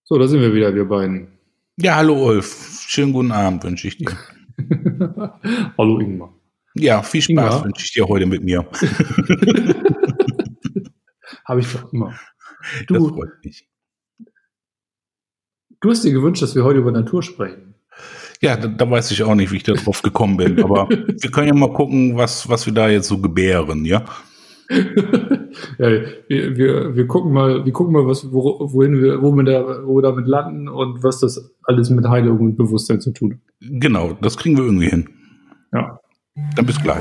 So, da sind wir wieder, wir beiden. Ja, hallo Ulf. Schönen guten Abend wünsche ich dir. Hallo Ingmar. Ja, viel Spaß wünsche ich dir heute mit mir. Habe ich doch immer. Das freut mich. Du hast dir gewünscht, dass wir heute über Natur sprechen. Ja, da weiß ich auch nicht, wie ich da drauf gekommen bin. Aber wir können ja mal gucken, was wir da jetzt so gebären, ja? Ja, wir gucken mal, wo wir damit landen und was das alles mit Heilung und Bewusstsein zu tun hat. Genau, das kriegen wir irgendwie hin. Ja. Dann bis gleich.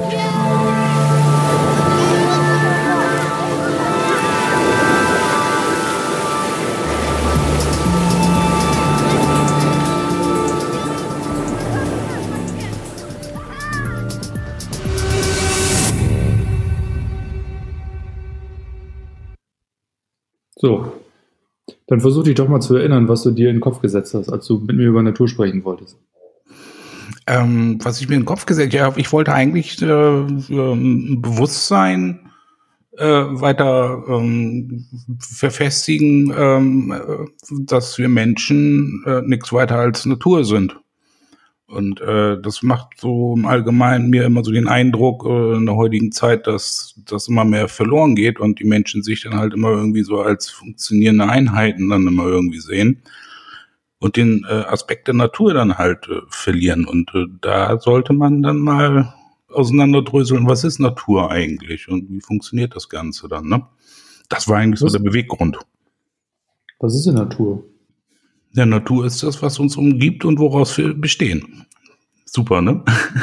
So, dann versuch dich doch mal zu erinnern, was du dir in den Kopf gesetzt hast, als du mit mir über Natur sprechen wolltest. Was ich mir in den Kopf gesetzt habe, ich wollte eigentlich Bewusstsein weiter verfestigen, dass wir Menschen nichts weiter als Natur sind. Und das macht so im Allgemeinen mir immer so den Eindruck in der heutigen Zeit, dass das immer mehr verloren geht und die Menschen sich dann halt immer irgendwie so als funktionierende Einheiten dann immer irgendwie sehen und den Aspekt der Natur dann halt verlieren. Und da sollte man dann mal auseinanderdröseln, was ist Natur eigentlich und wie funktioniert das Ganze dann, ne? Das war eigentlich so der Beweggrund. Was ist denn Natur? Ja, Natur ist das, was uns umgibt und woraus wir bestehen. Super, ne?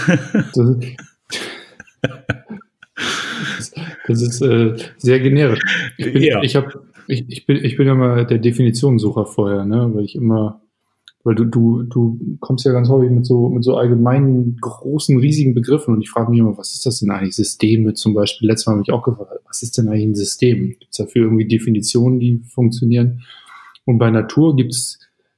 Das ist sehr generisch. Ich bin ja mal der Definitionssucher vorher, ne? Weil du kommst ja ganz häufig mit so allgemeinen, großen, riesigen Begriffen und ich frage mich immer, was ist das denn eigentlich? Systeme zum Beispiel. Letztes Mal habe ich auch gefragt, was ist denn eigentlich ein System? Gibt es dafür irgendwie Definitionen, die funktionieren? Und bei Natur gibt's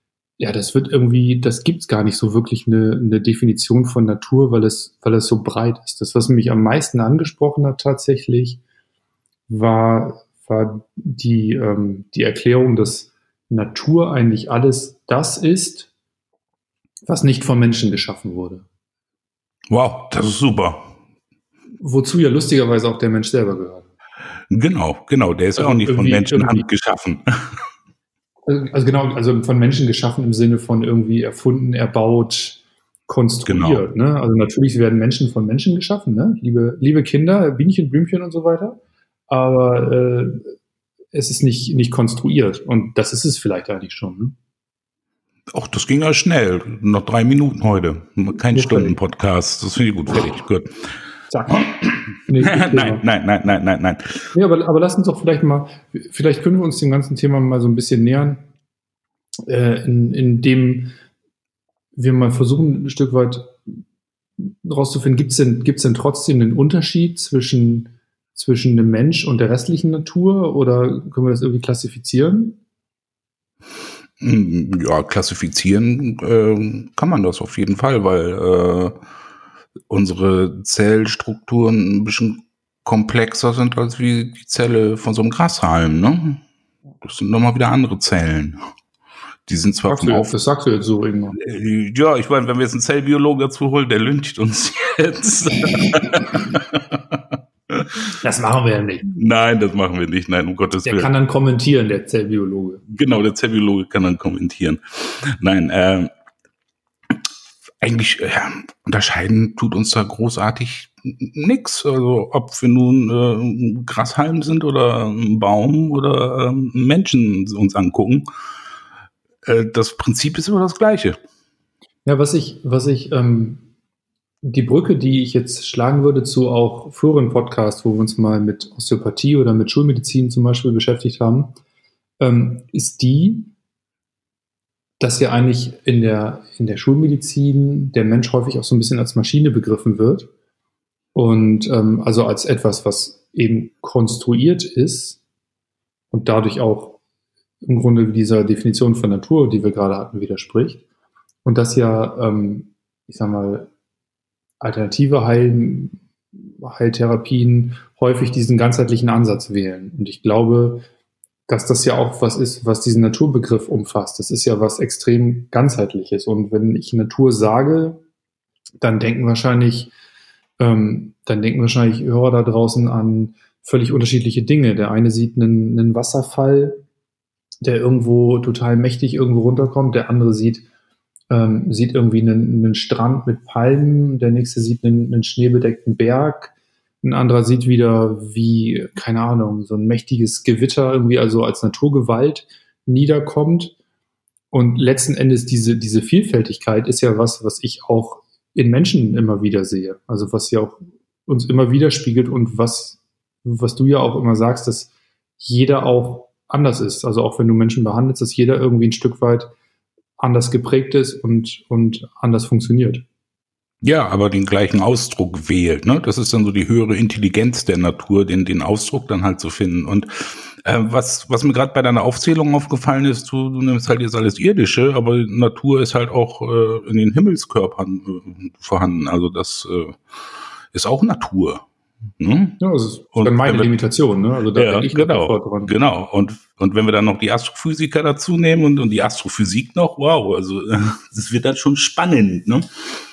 gar nicht so wirklich eine Definition von Natur, weil es so breit ist. Das, was mich am meisten angesprochen hat tatsächlich, war die Erklärung, dass Natur eigentlich alles das ist, was nicht vom Menschen geschaffen wurde. Wow, das ist super. Wozu ja lustigerweise auch der Mensch selber gehört. Genau, der ist ja auch nicht von Menschenhand geschaffen. Also von Menschen geschaffen im Sinne von irgendwie erfunden, erbaut, konstruiert. Genau. Ne? Also natürlich werden Menschen von Menschen geschaffen, ne? Liebe Kinder, Bienchen, Blümchen und so weiter. Aber es ist nicht konstruiert. Und das ist es vielleicht eigentlich schon. Ne? Ach, das ging ja schnell. Noch 3 Minuten heute. Kein Stunden-Podcast. Das finde ich gut. Fertig. Gut. Zack. Nein. Ja, aber lass uns doch vielleicht können wir uns dem ganzen Thema mal so ein bisschen nähern, indem wir mal versuchen, ein Stück weit rauszufinden, gibt's denn trotzdem einen Unterschied zwischen dem Mensch und der restlichen Natur oder können wir das irgendwie klassifizieren? Ja, klassifizieren kann man das auf jeden Fall, weil unsere Zellstrukturen ein bisschen komplexer sind als wie die Zelle von so einem Grashalm, ne? Das sind nochmal wieder andere Zellen. Die sind zwar das sagst du jetzt so irgendwann. Ja, ich meine, wenn wir jetzt einen Zellbiologen dazu holen, der lyncht uns jetzt. Das machen wir ja nicht. Nein, das machen wir nicht. Nein, um Gottes Willen. Der kann dann kommentieren, der Zellbiologe. Genau, der Zellbiologe kann dann kommentieren. Nein, eigentlich unterscheiden tut uns da großartig nix. Also ob wir nun ein Grashalm sind oder ein Baum oder Menschen uns angucken. Das Prinzip ist immer das Gleiche. Ja, die Brücke, die ich jetzt schlagen würde zu auch früheren Podcasts, wo wir uns mal mit Osteopathie oder mit Schulmedizin zum Beispiel beschäftigt haben, ist die, dass ja eigentlich in der Schulmedizin der Mensch häufig auch so ein bisschen als Maschine begriffen wird und also als etwas, was eben konstruiert ist und dadurch auch im Grunde dieser Definition von Natur, die wir gerade hatten, widerspricht. Und dass ja, ich sag mal, alternative Heiltherapien häufig diesen ganzheitlichen Ansatz wählen. Und ich glaube, dass das ja auch was ist, was diesen Naturbegriff umfasst. Das ist ja was extrem ganzheitliches. Und wenn ich Natur sage, dann denken wahrscheinlich Hörer da draußen an völlig unterschiedliche Dinge. Der eine sieht einen Wasserfall, der irgendwo total mächtig irgendwo runterkommt. Der andere sieht irgendwie einen Strand mit Palmen. Der nächste sieht einen schneebedeckten Berg. Ein anderer sieht wieder, wie, keine Ahnung, so ein mächtiges Gewitter irgendwie also als Naturgewalt niederkommt. Und letzten Endes diese Vielfältigkeit ist ja was ich auch in Menschen immer wieder sehe. Also was ja auch uns immer widerspiegelt und was du ja auch immer sagst, dass jeder auch anders ist. Also auch wenn du Menschen behandelst, dass jeder irgendwie ein Stück weit anders geprägt ist und anders funktioniert. Ja, aber den gleichen Ausdruck wählt, ne? Das ist dann so die höhere Intelligenz der Natur, den Ausdruck dann halt zu finden. Und was mir gerade bei deiner Aufzählung aufgefallen ist, du nimmst halt jetzt alles Irdische, aber Natur ist halt auch in den Himmelskörpern vorhanden. Also das ist auch Natur. Ne? Ja, das ist dann meine Limitation, ne? Also da ja, bin ich genau, dran. genau. Und wenn wir dann noch die Astrophysiker dazu nehmen und die Astrophysik noch, wow, also das wird dann schon spannend, ne?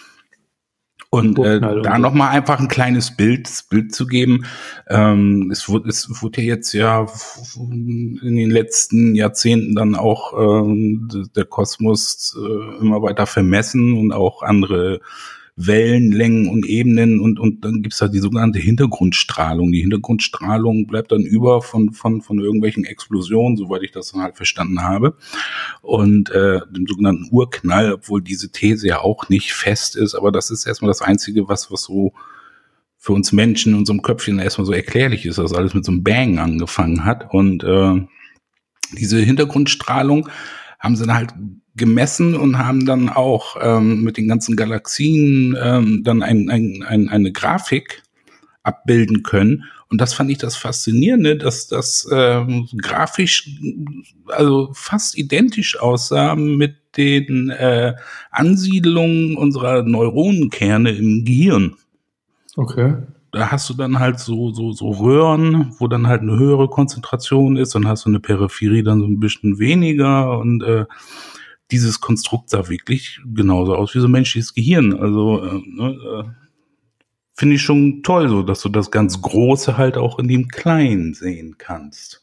Und da nochmal einfach ein kleines Bild zu geben. Es wurde jetzt ja in den letzten Jahrzehnten dann auch der Kosmos immer weiter vermessen und auch andere Wellenlängen und Ebenen und dann gibt's da die sogenannte Hintergrundstrahlung. Die Hintergrundstrahlung bleibt dann über von irgendwelchen Explosionen, soweit ich das dann halt verstanden habe. Und dem sogenannten Urknall, obwohl diese These ja auch nicht fest ist, aber das ist erstmal das Einzige, was so für uns Menschen in unserem Köpfchen erstmal so erklärlich ist, dass alles mit so einem Bang angefangen hat. Und diese Hintergrundstrahlung haben sie dann halt gemessen und haben dann auch mit den ganzen Galaxien dann eine Grafik abbilden können. Und das fand ich das Faszinierende, dass das grafisch also fast identisch aussah mit den Ansiedlungen unserer Neuronenkerne im Gehirn. Okay. Da hast du dann halt so Röhren, wo dann halt eine höhere Konzentration ist, dann hast du eine Peripherie dann so ein bisschen weniger und dieses Konstrukt sah wirklich genauso aus wie so ein menschliches Gehirn. Also finde ich schon toll, so dass du das ganz Große halt auch in dem Kleinen sehen kannst.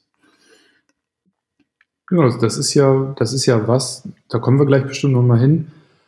Genau, das ist ja was, da kommen wir gleich bestimmt nochmal hin,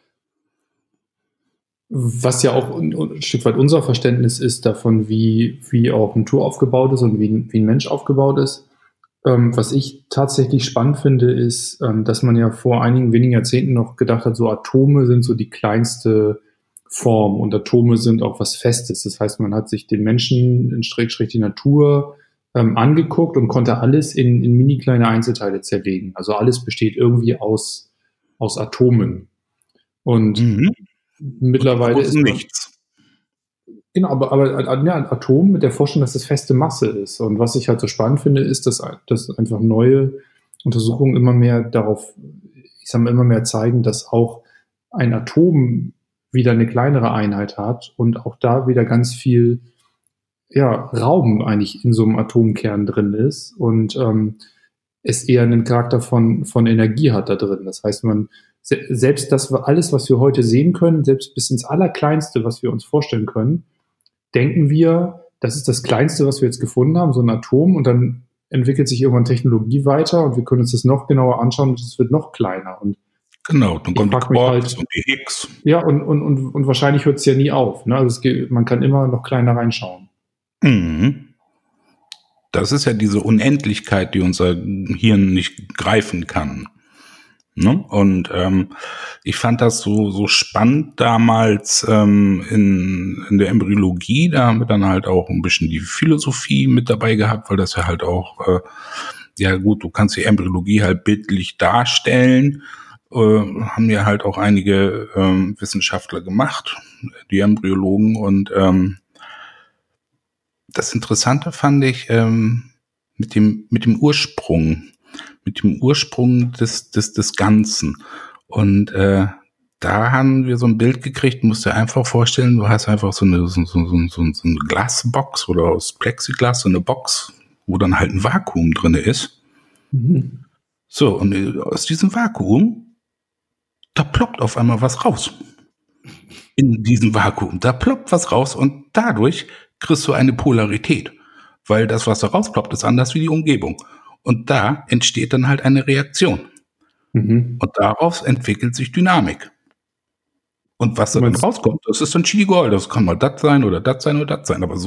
was ja auch ein Stück weit unser Verständnis ist davon, wie auch Natur aufgebaut ist und wie ein Mensch aufgebaut ist. Was ich tatsächlich spannend finde, ist, dass man ja vor einigen wenigen Jahrzehnten noch gedacht hat, so Atome sind so die kleinste Form und Atome sind auch was Festes. Das heißt, man hat sich den Menschen, in Schrägstrich die Natur, angeguckt und konnte alles in mini kleine Einzelteile zerlegen. Also alles besteht irgendwie aus Atomen. Und mittlerweile ist nichts. Genau, aber ja, Atom mit der Vorstellung, dass das feste Masse ist. Und was ich halt so spannend finde, ist, dass einfach neue Untersuchungen immer mehr immer mehr zeigen, dass auch ein Atom wieder eine kleinere Einheit hat und auch da wieder ganz viel Raum eigentlich in so einem Atomkern drin ist und es eher einen Charakter von Energie hat da drin. Das heißt, selbst alles, was wir heute sehen können, selbst bis ins Allerkleinste, was wir uns vorstellen können, denken wir, das ist das Kleinste, was wir jetzt gefunden haben, so ein Atom, und dann entwickelt sich irgendwann Technologie weiter und wir können uns das noch genauer anschauen und es wird noch kleiner. Und genau, dann kommt die Quarks und die Higgs. Ja, und wahrscheinlich hört es ja nie auf. Ne? Also man kann immer noch kleiner reinschauen. Das ist ja diese Unendlichkeit, die unser Hirn nicht greifen kann. Ne? Und ich fand das so spannend damals in der Embryologie. Da haben wir dann halt auch ein bisschen die Philosophie mit dabei gehabt, weil das ja halt auch, ja gut, du kannst die Embryologie halt bildlich darstellen. Haben ja halt auch einige Wissenschaftler gemacht, die Embryologen. Und das Interessante fand ich mit dem Ursprung. Mit dem Ursprung des Ganzen. Und da haben wir so ein Bild gekriegt, musst dir einfach vorstellen, du hast einfach so eine Glasbox oder aus Plexiglas, so eine Box, wo dann halt ein Vakuum drin ist. Mhm. So, und aus diesem Vakuum, da ploppt auf einmal was raus. In diesem Vakuum, da ploppt was raus und dadurch kriegst du eine Polarität. Weil das, was da rausploppt, ist anders wie die Umgebung. Und da entsteht dann halt eine Reaktion. Mhm. Und daraus entwickelt sich Dynamik. Und was da dann Meinst- rauskommt, das ist dann Chili Gold. Das kann mal das sein oder das sein oder das sein. Aber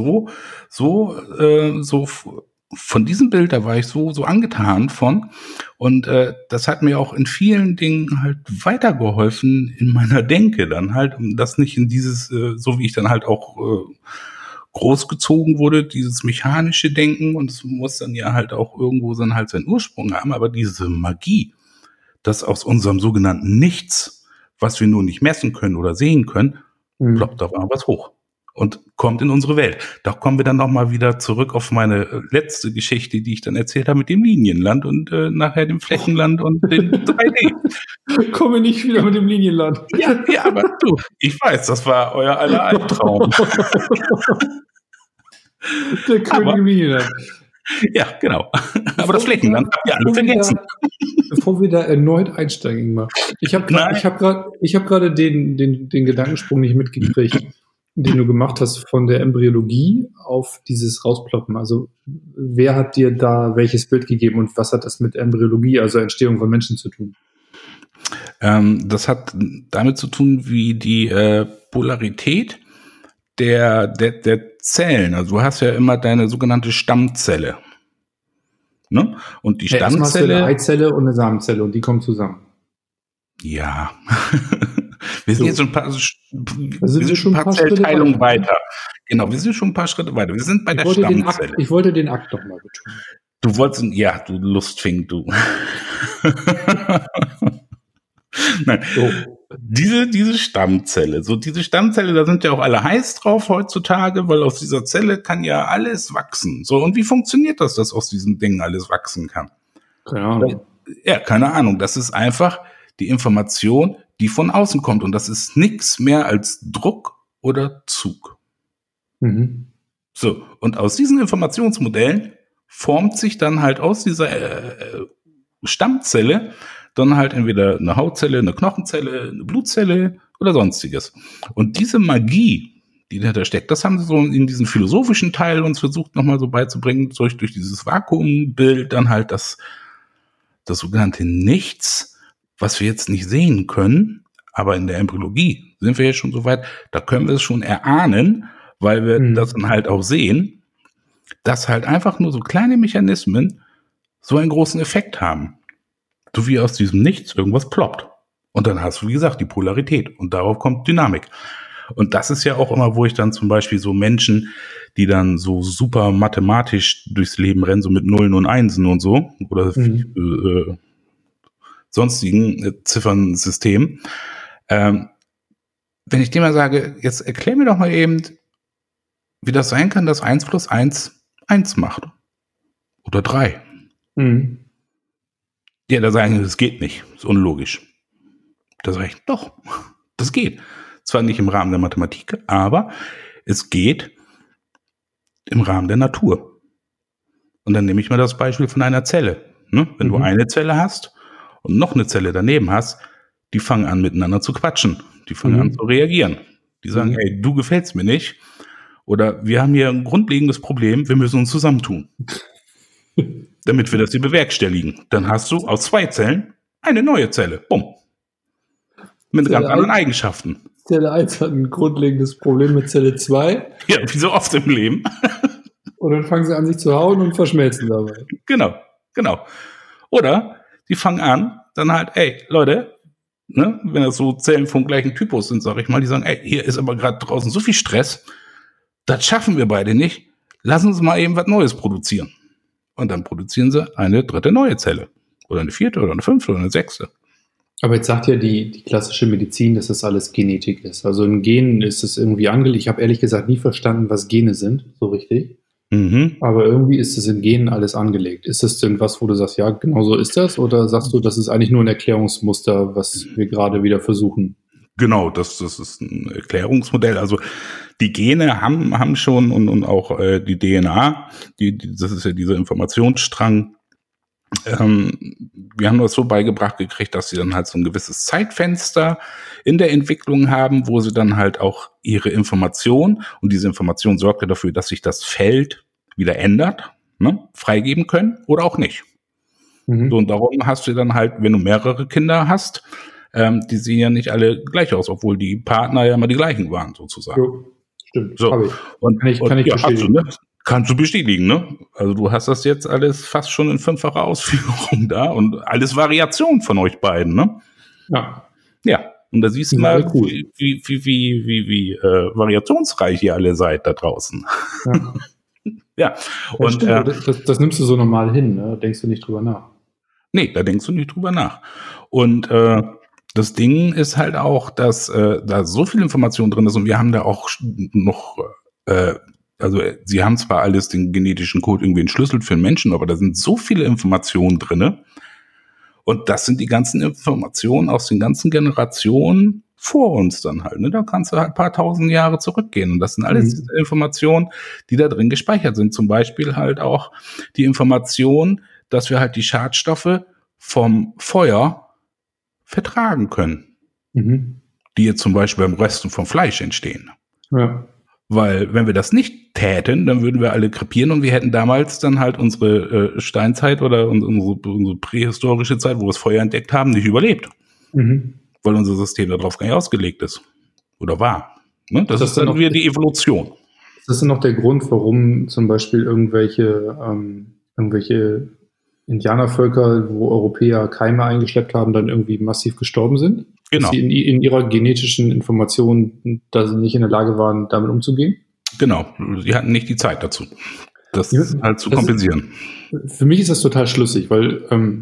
von diesem Bild, da war ich so angetan von. Und das hat mir auch in vielen Dingen halt weitergeholfen in meiner Denke dann halt, um das nicht in dieses, so wie ich dann halt auch großgezogen wurde, dieses mechanische Denken. Und es muss dann ja halt auch irgendwo dann halt seinen Ursprung haben. Aber diese Magie, dass aus unserem sogenannten Nichts, was wir nur nicht messen können oder sehen können, ploppt auf einmal was hoch und kommt in unsere Welt. Da kommen wir dann nochmal wieder zurück auf meine letzte Geschichte, die ich dann erzählt habe mit dem Linienland und nachher dem Flächenland und dem 3D. Komme nicht wieder mit dem Linienland. Ja, aber du, ich weiß, das war euer aller Albtraum. Der König im Linienland. Ja, genau. Aber das Flächenland habt ihr alle vergessen. Bevor wir da erneut einsteigen, Ingmar. Ich habe gerade den Gedankensprung nicht mitgekriegt, den du gemacht hast von der Embryologie auf dieses Rausploppen. Also wer hat dir da welches Bild gegeben und was hat das mit Embryologie, also Entstehung von Menschen zu tun? Das hat damit zu tun, wie die Polarität der Zellen. Also du hast ja immer deine sogenannte Stammzelle. Ne? Und die Erstmal hast du Stammzelle. eine Eizelle und eine Samenzelle und die kommen zusammen. Ja. Wir sind jetzt schon ein paar Zellteilungen weiter. Genau, wir sind schon ein paar Schritte weiter. Wir sind bei der Stammzelle. Ich wollte den Akt noch mal betonen. Du wolltest, ja, du Lustfink, du. Nein. So. Diese Stammzelle, da sind ja auch alle heiß drauf heutzutage, weil aus dieser Zelle kann ja alles wachsen. So, und wie funktioniert das, dass aus diesem Ding alles wachsen kann? Keine Ahnung. Ja, keine Ahnung. Das ist einfach die Information, die von außen kommt. Und das ist nichts mehr als Druck oder Zug. Mhm. So, und aus diesen Informationsmodellen formt sich dann halt aus dieser Stammzelle dann halt entweder eine Hautzelle, eine Knochenzelle, eine Blutzelle oder sonstiges. Und diese Magie, die dahinter steckt, das haben sie so in diesen philosophischen Teil uns versucht nochmal so beizubringen, durch dieses Vakuumbild dann halt das sogenannte Nichts, was wir jetzt nicht sehen können, aber in der Embryologie sind wir jetzt schon so weit, da können wir es schon erahnen, weil wir das dann halt auch sehen, dass halt einfach nur so kleine Mechanismen so einen großen Effekt haben. So wie aus diesem Nichts irgendwas ploppt. Und dann hast du, wie gesagt, die Polarität. Und darauf kommt Dynamik. Und das ist ja auch immer, wo ich dann zum Beispiel so Menschen, die dann so super mathematisch durchs Leben rennen, so mit Nullen und Einsen und so, oder sonstigen Ziffernsystemen. Wenn ich dir mal sage, jetzt erklär mir doch mal eben, wie das sein kann, dass 1 plus 1 1 macht. Oder 3. Mhm. Ja, da sagen sie, das geht nicht, das ist unlogisch. Da sage ich, doch, das geht. Zwar nicht im Rahmen der Mathematik, aber es geht im Rahmen der Natur. Und dann nehme ich mal das Beispiel von einer Zelle. Ne? Wenn du eine Zelle hast und noch eine Zelle daneben hast, die fangen an miteinander zu quatschen. Die fangen an zu reagieren. Die sagen, ey, du gefällst mir nicht. Oder wir haben hier ein grundlegendes Problem, wir müssen uns zusammentun. Damit wir das hier bewerkstelligen. Dann hast du aus 2 Zellen eine neue Zelle. Bumm. Mit ganz anderen Eigenschaften. Zelle 1 hat ein grundlegendes Problem mit Zelle 2. Ja, wie so oft im Leben. Und dann fangen sie an, sich zu hauen und verschmelzen dabei. Genau. Oder sie fangen an, dann halt, ey, Leute, ne, wenn das so Zellen vom gleichen Typus sind, sag ich mal, die sagen, ey, hier ist aber gerade draußen so viel Stress, das schaffen wir beide nicht, lass uns mal eben was Neues produzieren. Und dann produzieren sie eine 3. neue Zelle. Oder eine 4. oder eine 5. oder eine 6. Aber jetzt sagt ja die klassische Medizin, dass das alles Genetik ist. Also in Genen ist es irgendwie angelegt. Ich habe ehrlich gesagt nie verstanden, was Gene sind, so richtig. Aber irgendwie ist es in Genen alles angelegt. Ist das denn was, wo du sagst, ja, genau so ist das? Oder sagst du, das ist eigentlich nur ein Erklärungsmuster, was wir gerade wieder versuchen? Genau, das ist ein Erklärungsmodell. Also die Gene haben schon und auch die DNA, das ist ja dieser Informationsstrang, wir haben das so beigebracht gekriegt, dass sie dann halt so ein gewisses Zeitfenster in der Entwicklung haben, wo sie dann halt auch ihre Information, und diese Information sorgt ja dafür, dass sich das Feld wieder ändert, ne, freigeben können oder auch nicht. So, und darum hast du dann halt, wenn du mehrere Kinder hast, die sehen ja nicht alle gleich aus, obwohl die Partner ja immer die gleichen waren, sozusagen. Jo, stimmt, So. habe ich. Und Kann ich ja, bestätigen. Kannst du bestätigen, ne? Also du hast das jetzt alles fast schon in 5-facher Ausführung da und alles Variation von euch beiden, ne? Ja. Ja. Und da siehst du Sehr mal, cool. wie variationsreich ihr alle seid da draußen. Ja. Ja. Und Und das nimmst du so normal hin, ne? Denkst du nicht drüber nach. nee, da denkst du nicht drüber nach. Und das Ding ist halt auch, dass da so viel Information drin ist und wir haben da auch noch, also sie haben zwar alles den genetischen Code irgendwie entschlüsselt für den Menschen, aber da sind so viele Informationen drinne. Und das sind die ganzen Informationen aus den ganzen Generationen vor uns dann halt. Ne? Da kannst du halt ein paar tausend Jahre zurückgehen. Und das sind alles Informationen, die da drin gespeichert sind. Zum Beispiel halt auch die Information, dass wir halt die Schadstoffe vom Feuer vertragen können, die jetzt zum Beispiel beim Rösten vom Fleisch entstehen. Ja. Weil wenn wir das nicht täten, dann würden wir alle krepieren und wir hätten damals dann halt unsere Steinzeit oder unsere prähistorische Zeit, wo wir das Feuer entdeckt haben, nicht überlebt. Weil unser System darauf gar nicht ausgelegt ist. Oder war. Ne? Das ist dann wieder die Evolution. Ist das dann noch der Grund, warum zum Beispiel irgendwelche Indianervölker, wo Europäer Keime eingeschleppt haben, dann irgendwie massiv gestorben sind? Genau. Dass sie in ihrer genetischen Information, da sie nicht in der Lage waren, damit umzugehen? Genau. Sie hatten nicht die Zeit dazu, das halt zu kompensieren. Für mich ist das total schlüssig, weil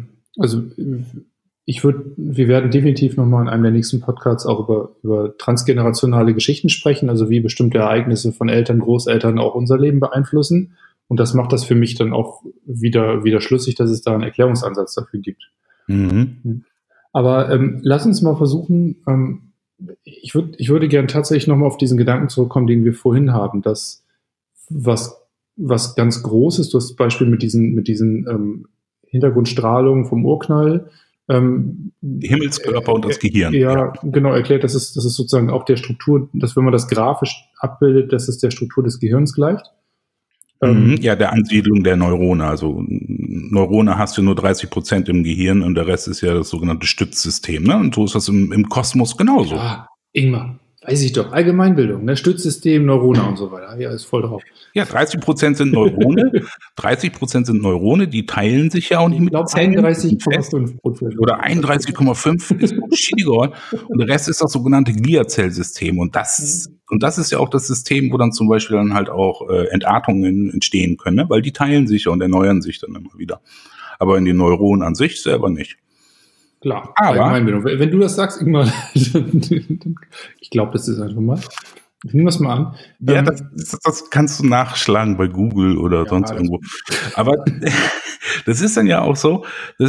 wir werden definitiv nochmal in einem der nächsten Podcasts auch über transgenerationale Geschichten sprechen, also wie bestimmte Ereignisse von Eltern, Großeltern auch unser Leben beeinflussen. Und das macht das für mich dann auch wieder schlüssig, dass es da einen Erklärungsansatz dafür gibt. Aber lass uns mal versuchen, ich würde gerne tatsächlich nochmal auf diesen Gedanken zurückkommen, den wir vorhin haben, dass was ganz Großes, du hast das Beispiel mit diesen Hintergrundstrahlungen vom Urknall, die Himmelskörper und das Gehirn. Ja, genau, erklärt, dass es sozusagen auch der Struktur, dass wenn man das grafisch abbildet, dass es der Struktur des Gehirns gleicht. Ja, der Ansiedlung der Neurone. Also Neurone hast du nur 30% im Gehirn und der Rest ist ja das sogenannte Stützsystem. Ne? Und so ist das im Kosmos genauso. Ja, Ingmar, weiß ich doch. Allgemeinbildung, ne? Stützsystem, Neurone und so weiter. Ja, ist voll drauf. Ja, 30% sind Neurone. 30% sind Neurone, die teilen sich ja auch nicht mit Zellen. 31,5%. Oder 31,5 ist egal. Und der Rest ist das sogenannte Gliazellsystem. Und das ist ja auch das System, wo dann zum Beispiel dann halt auch Entartungen entstehen können, ne? Weil die teilen sich ja und erneuern sich dann immer wieder. Aber in den Neuronen an sich selber nicht. Klar, aber wenn du das sagst, Ingmar, ich glaube, das ist einfach mal. Nehmen wir es mal an. Ja, das kannst du nachschlagen bei Google oder sonst irgendwo. Aber das ist dann ja auch so,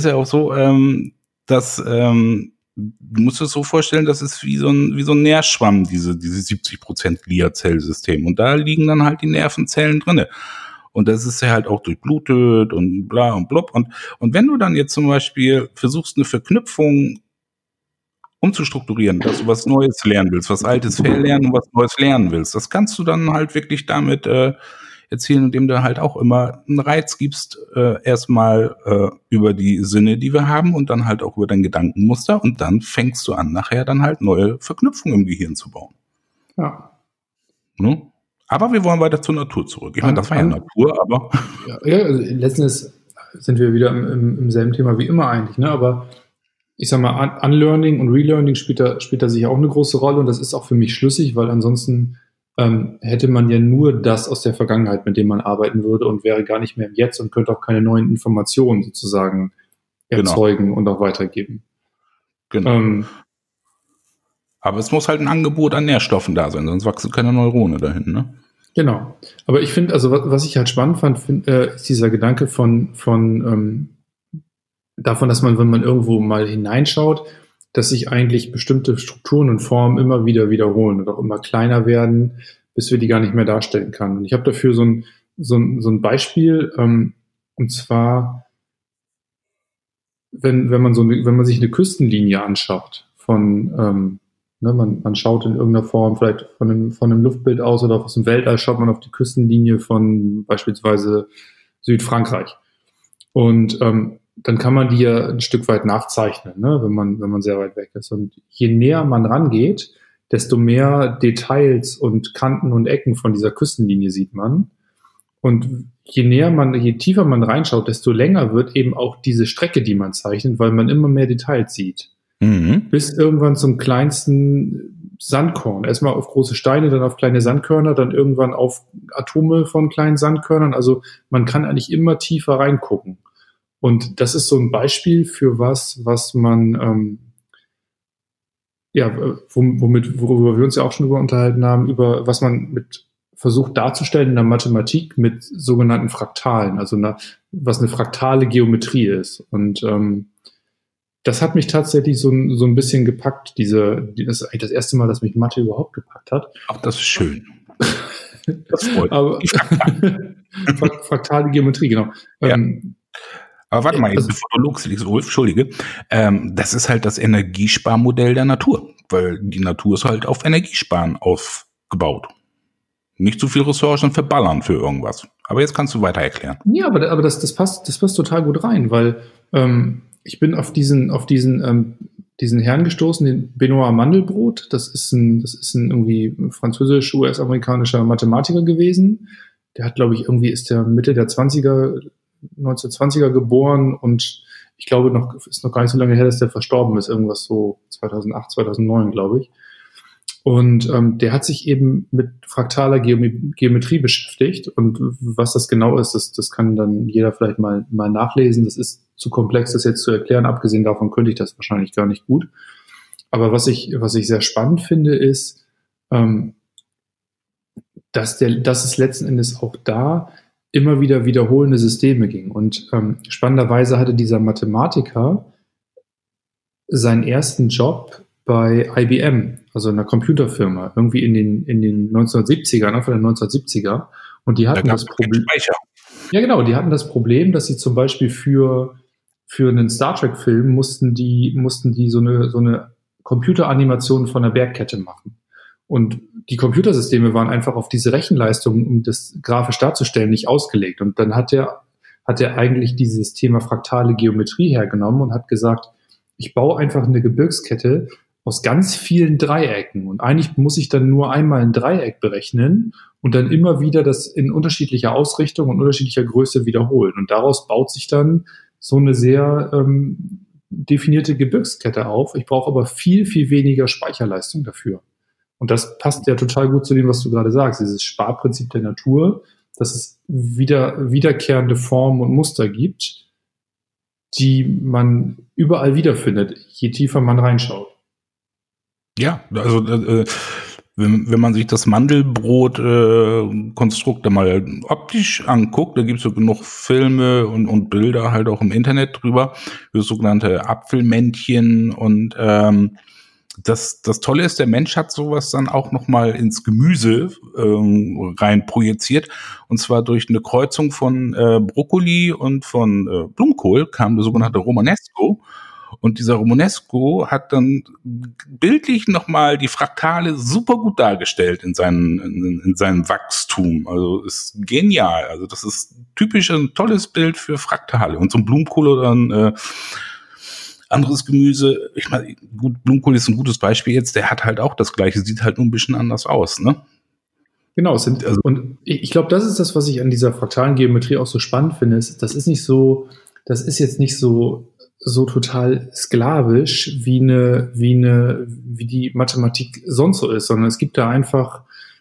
dass du musst es so vorstellen, das ist wie so ein Nährschwamm, diese 70% Gliazellsystem. Und da liegen dann halt die Nervenzellen drinne. Und das ist ja halt auch durchblutet und bla und blub. Und wenn du dann jetzt zum Beispiel versuchst, eine Verknüpfung umzustrukturieren, dass du was Neues lernen willst, was Altes verlernen und was Neues lernen willst, das kannst du dann halt wirklich damit erzielen, indem du halt auch immer einen Reiz gibst, erstmal über die Sinne, die wir haben und dann halt auch über dein Gedankenmuster und dann fängst du an, nachher dann halt neue Verknüpfungen im Gehirn zu bauen. Ja. Ne? Aber wir wollen weiter zur Natur zurück. Ich meine, das war ja Natur, aber... Ja, also letztens sind wir wieder im selben Thema wie immer eigentlich, ne? Aber ich sag mal, Unlearning und Relearning spielt da sicher auch eine große Rolle und das ist auch für mich schlüssig, weil ansonsten hätte man ja nur das aus der Vergangenheit, mit dem man arbeiten würde und wäre gar nicht mehr im Jetzt und könnte auch keine neuen Informationen sozusagen erzeugen und auch weitergeben. Genau. Aber es muss halt ein Angebot an Nährstoffen da sein, sonst wachsen keine Neurone dahin, ne? Genau. Aber ich finde, also was ich halt spannend fand, ist dieser Gedanke davon, dass man, wenn man irgendwo mal hineinschaut, dass sich eigentlich bestimmte Strukturen und Formen immer wieder wiederholen und auch immer kleiner werden, bis wir die gar nicht mehr darstellen kann. Und ich habe dafür so ein Beispiel, und zwar wenn man sich eine Küstenlinie anschaut man schaut in irgendeiner Form vielleicht von einem Luftbild aus oder aus dem Weltall schaut man auf die Küstenlinie von beispielsweise Südfrankreich. Und dann kann man die ja ein Stück weit nachzeichnen, ne, wenn man sehr weit weg ist. Und je näher man rangeht, desto mehr Details und Kanten und Ecken von dieser Küstenlinie sieht man. Und je tiefer man reinschaut, desto länger wird eben auch diese Strecke, die man zeichnet, weil man immer mehr Details sieht. Mhm. Bis irgendwann zum kleinsten Sandkorn. Erstmal auf große Steine, dann auf kleine Sandkörner, dann irgendwann auf Atome von kleinen Sandkörnern. Also man kann eigentlich immer tiefer reingucken. Und das ist so ein Beispiel für was man worüber wir uns ja auch schon unterhalten haben, über was man mit versucht darzustellen in der Mathematik mit sogenannten Fraktalen, also was eine fraktale Geometrie ist. Und das hat mich tatsächlich so ein bisschen gepackt. Das ist eigentlich das erste Mal, dass mich Mathe überhaupt gepackt hat. Ach, das ist schön. Das freut mich. Fraktale Geometrie, genau. Ja. Aber warte mal, bevor du loslegst, Ulf, entschuldige. Das ist halt das Energiesparmodell der Natur, weil die Natur ist halt auf Energiesparen aufgebaut. Nicht zu viel Ressourcen verballern für irgendwas. Aber jetzt kannst du weiter erklären. Ja, aber das passt total gut rein, weil ich bin auf diesen Herrn gestoßen, den Benoit Mandelbrot. Das ist ein irgendwie französisch-US-amerikanischer Mathematiker gewesen. Der hat, glaube ich, ist der Mitte der 1920er geboren und ich glaube, ist noch gar nicht so lange her, dass der verstorben ist. Irgendwas so 2008, 2009, glaube ich. Und der hat sich eben mit fraktaler Geometrie beschäftigt. Und was das genau ist, das kann dann jeder vielleicht mal nachlesen. Das ist zu komplex, das jetzt zu erklären. Abgesehen davon könnte ich das wahrscheinlich gar nicht gut. Aber was ich sehr spannend finde, ist, dass es letzten Endes auch da immer wieder wiederholende Systeme ging. Und spannenderweise hatte dieser Mathematiker seinen ersten Job bei IBM, also einer Computerfirma, irgendwie in den 1970ern, Anfang der 1970er. Und die hatten das Problem. Ja, genau, die hatten das Problem, dass sie zum Beispiel für einen Star Trek-Film mussten die so eine Computeranimation von einer Bergkette machen. Und die Computersysteme waren einfach auf diese Rechenleistung, um das grafisch darzustellen, nicht ausgelegt. Und dann hat er eigentlich dieses Thema fraktale Geometrie hergenommen und hat gesagt, ich baue einfach eine Gebirgskette aus ganz vielen Dreiecken. Und eigentlich muss ich dann nur einmal ein Dreieck berechnen und dann immer wieder das in unterschiedlicher Ausrichtung und unterschiedlicher Größe wiederholen. Und daraus baut sich dann so eine sehr definierte Gebirgskette auf. Ich brauche aber viel, viel weniger Speicherleistung dafür. Und das passt ja total gut zu dem, was du gerade sagst. Dieses Sparprinzip der Natur, dass es wiederkehrende Formen und Muster gibt, die man überall wiederfindet, je tiefer man reinschaut. Ja, also wenn man sich das Mandelbrot-Konstrukt mal optisch anguckt, da gibt es so genug Filme und Bilder halt auch im Internet drüber, das sogenannte Apfelmännchen und das Tolle ist, der Mensch hat sowas dann auch nochmal ins Gemüse rein projiziert. Und zwar durch eine Kreuzung von Brokkoli und von Blumenkohl kam der sogenannte Romanesco. Und dieser Romanesco hat dann bildlich nochmal die Fraktale super gut dargestellt in seinem Wachstum. Also ist genial. Also das ist typisch ein tolles Bild für Fraktale. Und so ein Blumenkohl oder ein anderes Gemüse, ich meine, gut, Blumenkohl ist ein gutes Beispiel jetzt, der hat halt auch das Gleiche, sieht halt nur ein bisschen anders aus, ne? Genau, und ich glaube, das ist das, was ich an dieser fraktalen Geometrie auch so spannend finde, das ist jetzt nicht so total sklavisch, wie die Mathematik sonst so ist, sondern es gibt da einfach,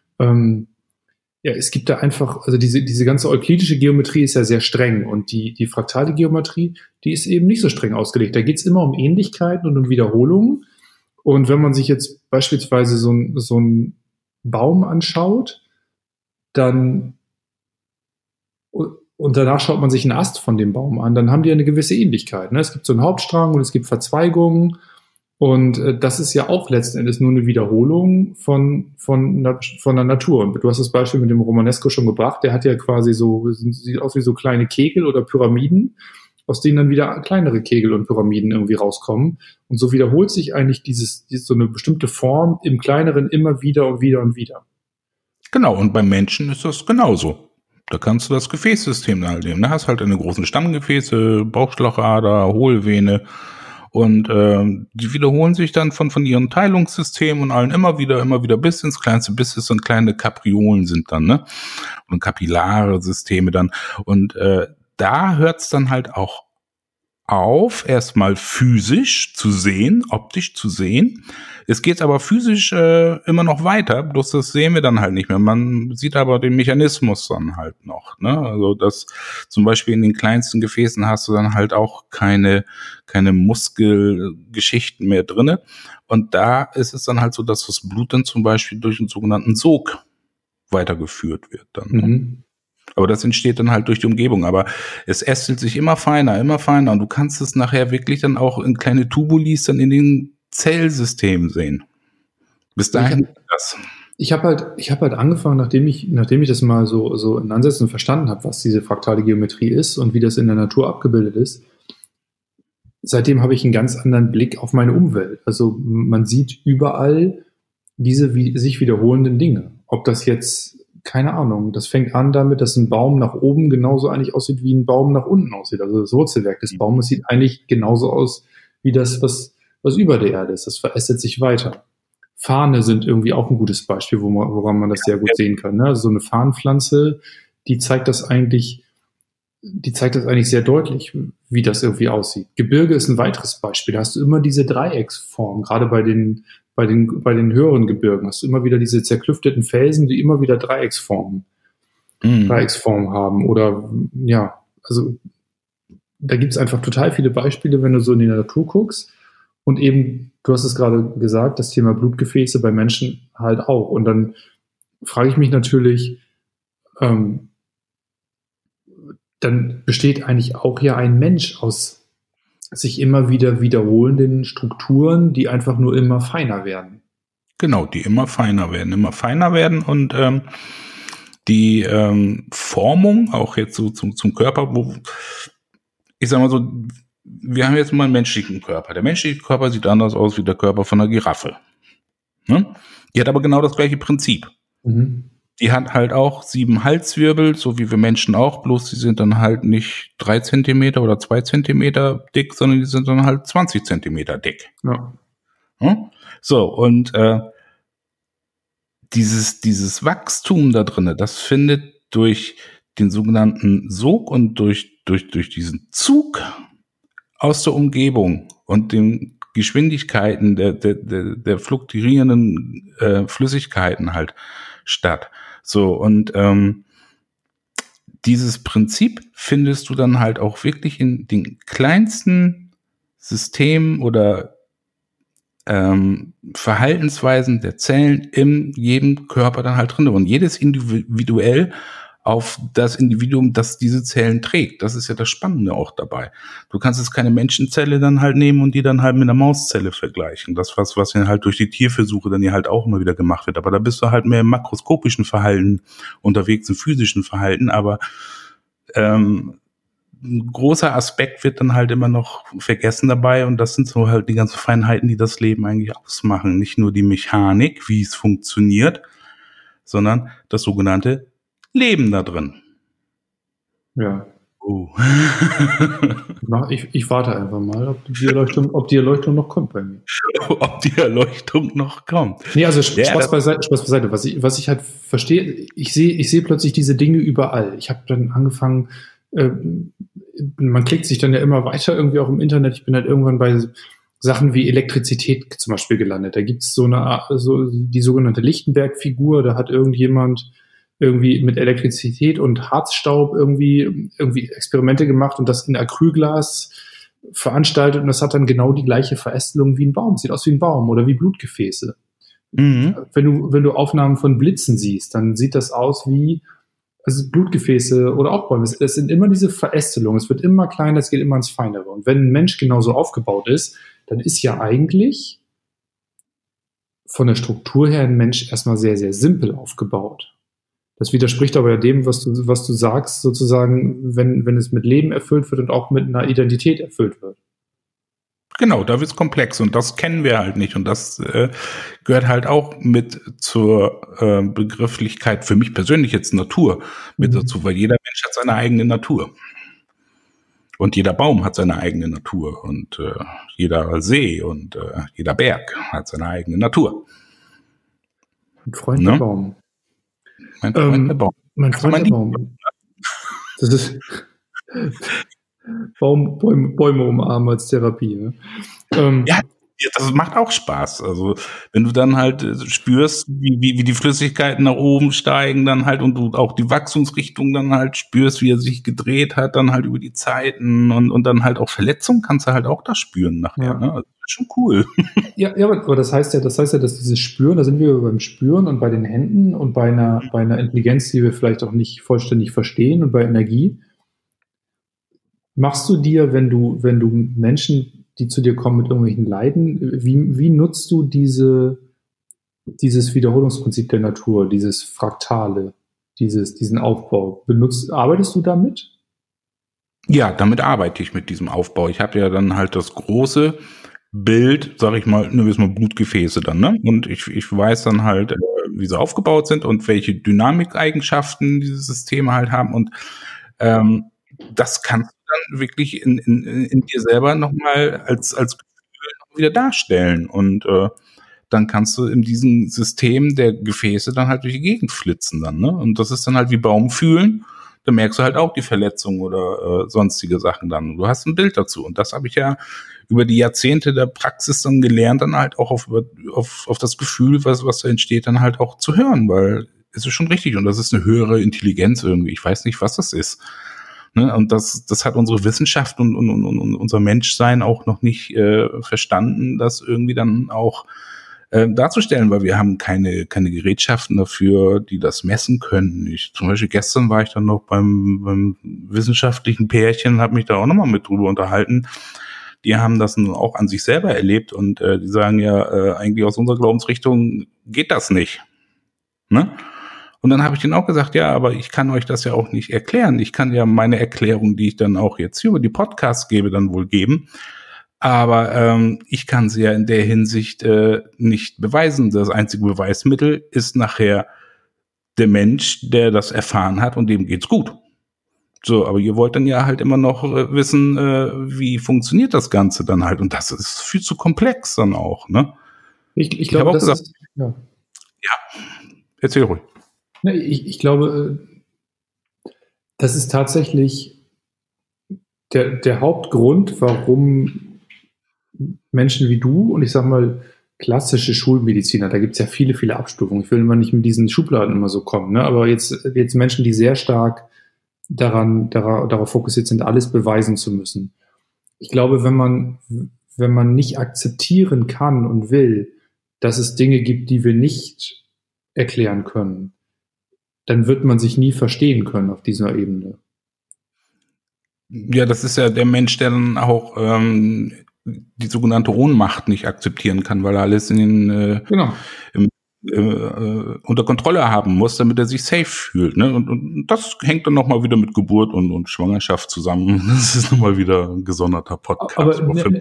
also diese ganze euklidische Geometrie ist ja sehr streng und die fraktale Geometrie, die ist eben nicht so streng ausgelegt. Da geht es immer um Ähnlichkeiten und um Wiederholungen. Und wenn man sich jetzt beispielsweise so einen Baum anschaut, und danach schaut man sich einen Ast von dem Baum an, dann haben die eine gewisse Ähnlichkeit. Ne? Es gibt so einen Hauptstrang und es gibt Verzweigungen. Und das ist ja auch letzten Endes nur eine Wiederholung von der Natur. Und du hast das Beispiel mit dem Romanesco schon gebracht. Der hat ja quasi sieht aus wie so kleine Kegel oder Pyramiden. aus denen dann wieder kleinere Kegel und Pyramiden irgendwie rauskommen. Und so wiederholt sich eigentlich so eine bestimmte Form im Kleineren immer wieder und wieder und wieder. Genau, und beim Menschen ist das genauso. Da kannst du das Gefäßsystem halt nehmen. Da hast halt eine großen Stammgefäße, Bauchschlagader, Hohlvene und die wiederholen sich dann von ihren Teilungssystemen und allen immer wieder bis ins Kleinste, bis es so kleine Kapriolen sind dann, ne? Und kapillare Systeme dann. Und da hört's dann halt auch auf, erstmal physisch zu sehen, optisch zu sehen. Es geht aber physisch immer noch weiter, bloß das sehen wir dann halt nicht mehr. Man sieht aber den Mechanismus dann halt noch, ne? Also das zum Beispiel in den kleinsten Gefäßen hast du dann halt auch keine Muskelgeschichten mehr drinne. Und da ist es dann halt so, dass das Blut dann zum Beispiel durch einen sogenannten Sog weitergeführt wird dann. Ne? Aber das entsteht dann halt durch die Umgebung. Aber es ästelt sich immer feiner. Und du kannst es nachher wirklich dann auch in kleine Tubulis dann in den Zellsystemen sehen. Bis dahin das. Ich habe halt angefangen, nachdem ich das mal so in Ansätzen verstanden habe, was diese fraktale Geometrie ist und wie das in der Natur abgebildet ist. Seitdem habe ich einen ganz anderen Blick auf meine Umwelt. Also man sieht überall diese sich wiederholenden Dinge. Ob das jetzt, keine Ahnung, das fängt an damit, dass ein Baum nach oben genauso eigentlich aussieht, wie ein Baum nach unten aussieht. Also das Wurzelwerk des Baumes sieht eigentlich genauso aus, wie das, was über der Erde ist. Das verästet sich weiter. Farne sind irgendwie auch ein gutes Beispiel, woran man das sehr gut sehen kann. Ne? Also so eine Farnpflanze, die zeigt das eigentlich sehr deutlich, wie das irgendwie aussieht. Gebirge ist ein weiteres Beispiel. Da hast du immer diese Dreiecksform, gerade bei den höheren Gebirgen hast du immer wieder diese zerklüfteten Felsen, die immer wieder Dreiecksform haben. Oder ja, also da gibt es einfach total viele Beispiele, wenn du so in die Natur guckst. Und eben, du hast es gerade gesagt, das Thema Blutgefäße bei Menschen halt auch. Und dann frage ich mich natürlich, dann besteht eigentlich auch ja ein Mensch aus sich immer wieder wiederholenden Strukturen, die einfach nur immer feiner werden. Genau, die immer feiner werden und die Formung auch jetzt so zum Körper, wo ich sag mal so, wir haben jetzt mal einen menschlichen Körper. Der menschliche Körper sieht anders aus wie der Körper von einer Giraffe. Ne? Die hat aber genau das gleiche Prinzip. Mhm. Die hat halt auch 7 Halswirbel, so wie wir Menschen auch, bloß die sind dann halt nicht 3 Zentimeter oder 2 Zentimeter dick, sondern die sind dann halt 20 Zentimeter dick. Ja. Hm? So, und dieses Wachstum da drinne, das findet durch den sogenannten Sog und durch diesen Zug aus der Umgebung und den Geschwindigkeiten der fluktuierenden Flüssigkeiten halt statt. So, und dieses Prinzip findest du dann halt auch wirklich in den kleinsten Systemen oder Verhaltensweisen der Zellen in jedem Körper dann halt drin. Und jedes individuell auf das Individuum, das diese Zellen trägt. Das ist ja das Spannende auch dabei. Du kannst jetzt keine Menschenzelle dann halt nehmen und die dann halt mit einer Mauszelle vergleichen. Das, was dann halt durch die Tierversuche dann ja halt auch immer wieder gemacht wird. Aber da bist du halt mehr im makroskopischen Verhalten unterwegs, im physischen Verhalten. Aber ein großer Aspekt wird dann halt immer noch vergessen dabei. Und das sind so halt die ganzen Feinheiten, die das Leben eigentlich ausmachen. Nicht nur die Mechanik, wie es funktioniert, sondern das sogenannte Leben da drin. Ja. Ich warte einfach mal, ob die Erleuchtung noch kommt bei mir. Ob die Erleuchtung noch kommt. Nee, also Spaß beiseite. Was ich halt verstehe, ich sehe plötzlich diese Dinge überall. Ich habe dann angefangen, man klickt sich dann ja immer weiter irgendwie auch im Internet. Ich bin halt irgendwann bei Sachen wie Elektrizität zum Beispiel gelandet. Da gibt es so die sogenannte Lichtenberg-Figur. Da hat irgendjemand irgendwie mit Elektrizität und Harzstaub irgendwie Experimente gemacht und das in Acrylglas veranstaltet, und das hat dann genau die gleiche Verästelung wie ein Baum. Sieht aus wie ein Baum oder wie Blutgefäße. Mhm. Wenn du Aufnahmen von Blitzen siehst, dann sieht das aus wie Blutgefäße oder auch Bäume. Es sind immer diese Verästelungen. Es wird immer kleiner, es geht immer ins Feinere. Und wenn ein Mensch genauso aufgebaut ist, dann ist ja eigentlich von der Struktur her ein Mensch erstmal sehr, sehr simpel aufgebaut. Das widerspricht aber ja dem, was du sagst, sozusagen, wenn es mit Leben erfüllt wird und auch mit einer Identität erfüllt wird. Genau, da wird's komplex und das kennen wir halt nicht und das gehört halt auch mit zur Begrifflichkeit für mich persönlich jetzt Natur mit dazu, weil jeder Mensch hat seine eigene Natur und jeder Baum hat seine eigene Natur und jeder See und jeder Berg hat seine eigene Natur. Ein Freund der Ne? Baum. Mein Freund der Baum. Mein Freund der Baum. Das ist Bäume umarmen als Therapie. Ne? Ja, das macht auch Spaß. Also wenn du dann halt spürst, wie die Flüssigkeiten nach oben steigen, dann halt und du auch die Wachstumsrichtung dann halt spürst, wie er sich gedreht hat, dann halt über die Zeiten und dann halt auch Verletzungen kannst du halt auch da spüren nachher. Ja. Ne? Also das ist schon cool. Ja, aber das heißt ja, dass dieses Spüren, da sind wir beim Spüren und bei den Händen und bei einer Intelligenz, die wir vielleicht auch nicht vollständig verstehen und bei Energie. Machst du dir, wenn du Menschen, die zu dir kommen mit irgendwelchen Leiden, wie nutzt du dieses Wiederholungsprinzip der Natur, dieses Fraktale, diesen Aufbau? Arbeitest du damit? Ja, damit arbeite ich mit diesem Aufbau. Ich habe ja dann halt das große Bild, sag ich mal, ne, wie es mal Blutgefäße dann, ne? Und ich weiß dann halt, wie sie aufgebaut sind und welche Dynamikeigenschaften diese Systeme halt haben und das kannst du dann wirklich in dir selber nochmal als Gefühl noch wieder darstellen. Und dann kannst du in diesem System der Gefäße dann halt durch die Gegend flitzen dann, ne? Und das ist dann halt wie Baum fühlen. Da merkst du halt auch die Verletzung oder sonstige Sachen dann. Du hast ein Bild dazu. Und das habe ich ja über die Jahrzehnte der Praxis dann gelernt, dann halt auch auf das Gefühl, was da entsteht, dann halt auch zu hören, weil es ist schon richtig. Und das ist eine höhere Intelligenz irgendwie. Ich weiß nicht, was das ist. Ne? Und das hat unsere Wissenschaft und unser Menschsein auch noch nicht verstanden, das irgendwie dann auch darzustellen, weil wir haben keine Gerätschaften dafür, die das messen können. Zum Beispiel gestern war ich dann noch beim wissenschaftlichen Pärchen, habe mich da auch nochmal mit drüber unterhalten. Die haben das nun auch an sich selber erlebt und die sagen ja, eigentlich aus unserer Glaubensrichtung geht das nicht. Ne? Und dann habe ich denen auch gesagt, ja, aber ich kann euch das ja auch nicht erklären. Ich kann ja meine Erklärung, die ich dann auch jetzt hier über die Podcasts gebe, dann wohl geben. Aber ich kann sie ja in der Hinsicht nicht beweisen. Das einzige Beweismittel ist nachher der Mensch, der das erfahren hat und dem geht's gut. So, aber ihr wollt dann ja halt immer noch wissen, wie funktioniert das Ganze dann halt. Und das ist viel zu komplex dann auch, ne? Ich glaube, das gesagt, ist, ja. Erzähl ruhig. Ich glaube, das ist tatsächlich der Hauptgrund, warum Menschen wie du und ich sag mal klassische Schulmediziner, da gibt es ja viele, viele Abstufungen. Ich will immer nicht mit diesen Schubladen immer so kommen, ne? Aber jetzt Menschen, die sehr stark darauf fokussiert sind, alles beweisen zu müssen. Ich glaube, wenn man nicht akzeptieren kann und will, dass es Dinge gibt, die wir nicht erklären können, dann wird man sich nie verstehen können auf dieser Ebene. Ja, das ist ja der Mensch, der dann auch die sogenannte Ohnmacht nicht akzeptieren kann, weil er alles unter Kontrolle haben muss, damit er sich safe fühlt. Ne? Und das hängt dann nochmal wieder mit Geburt und Schwangerschaft zusammen. Das ist nochmal wieder ein gesonderter Podcast. Aber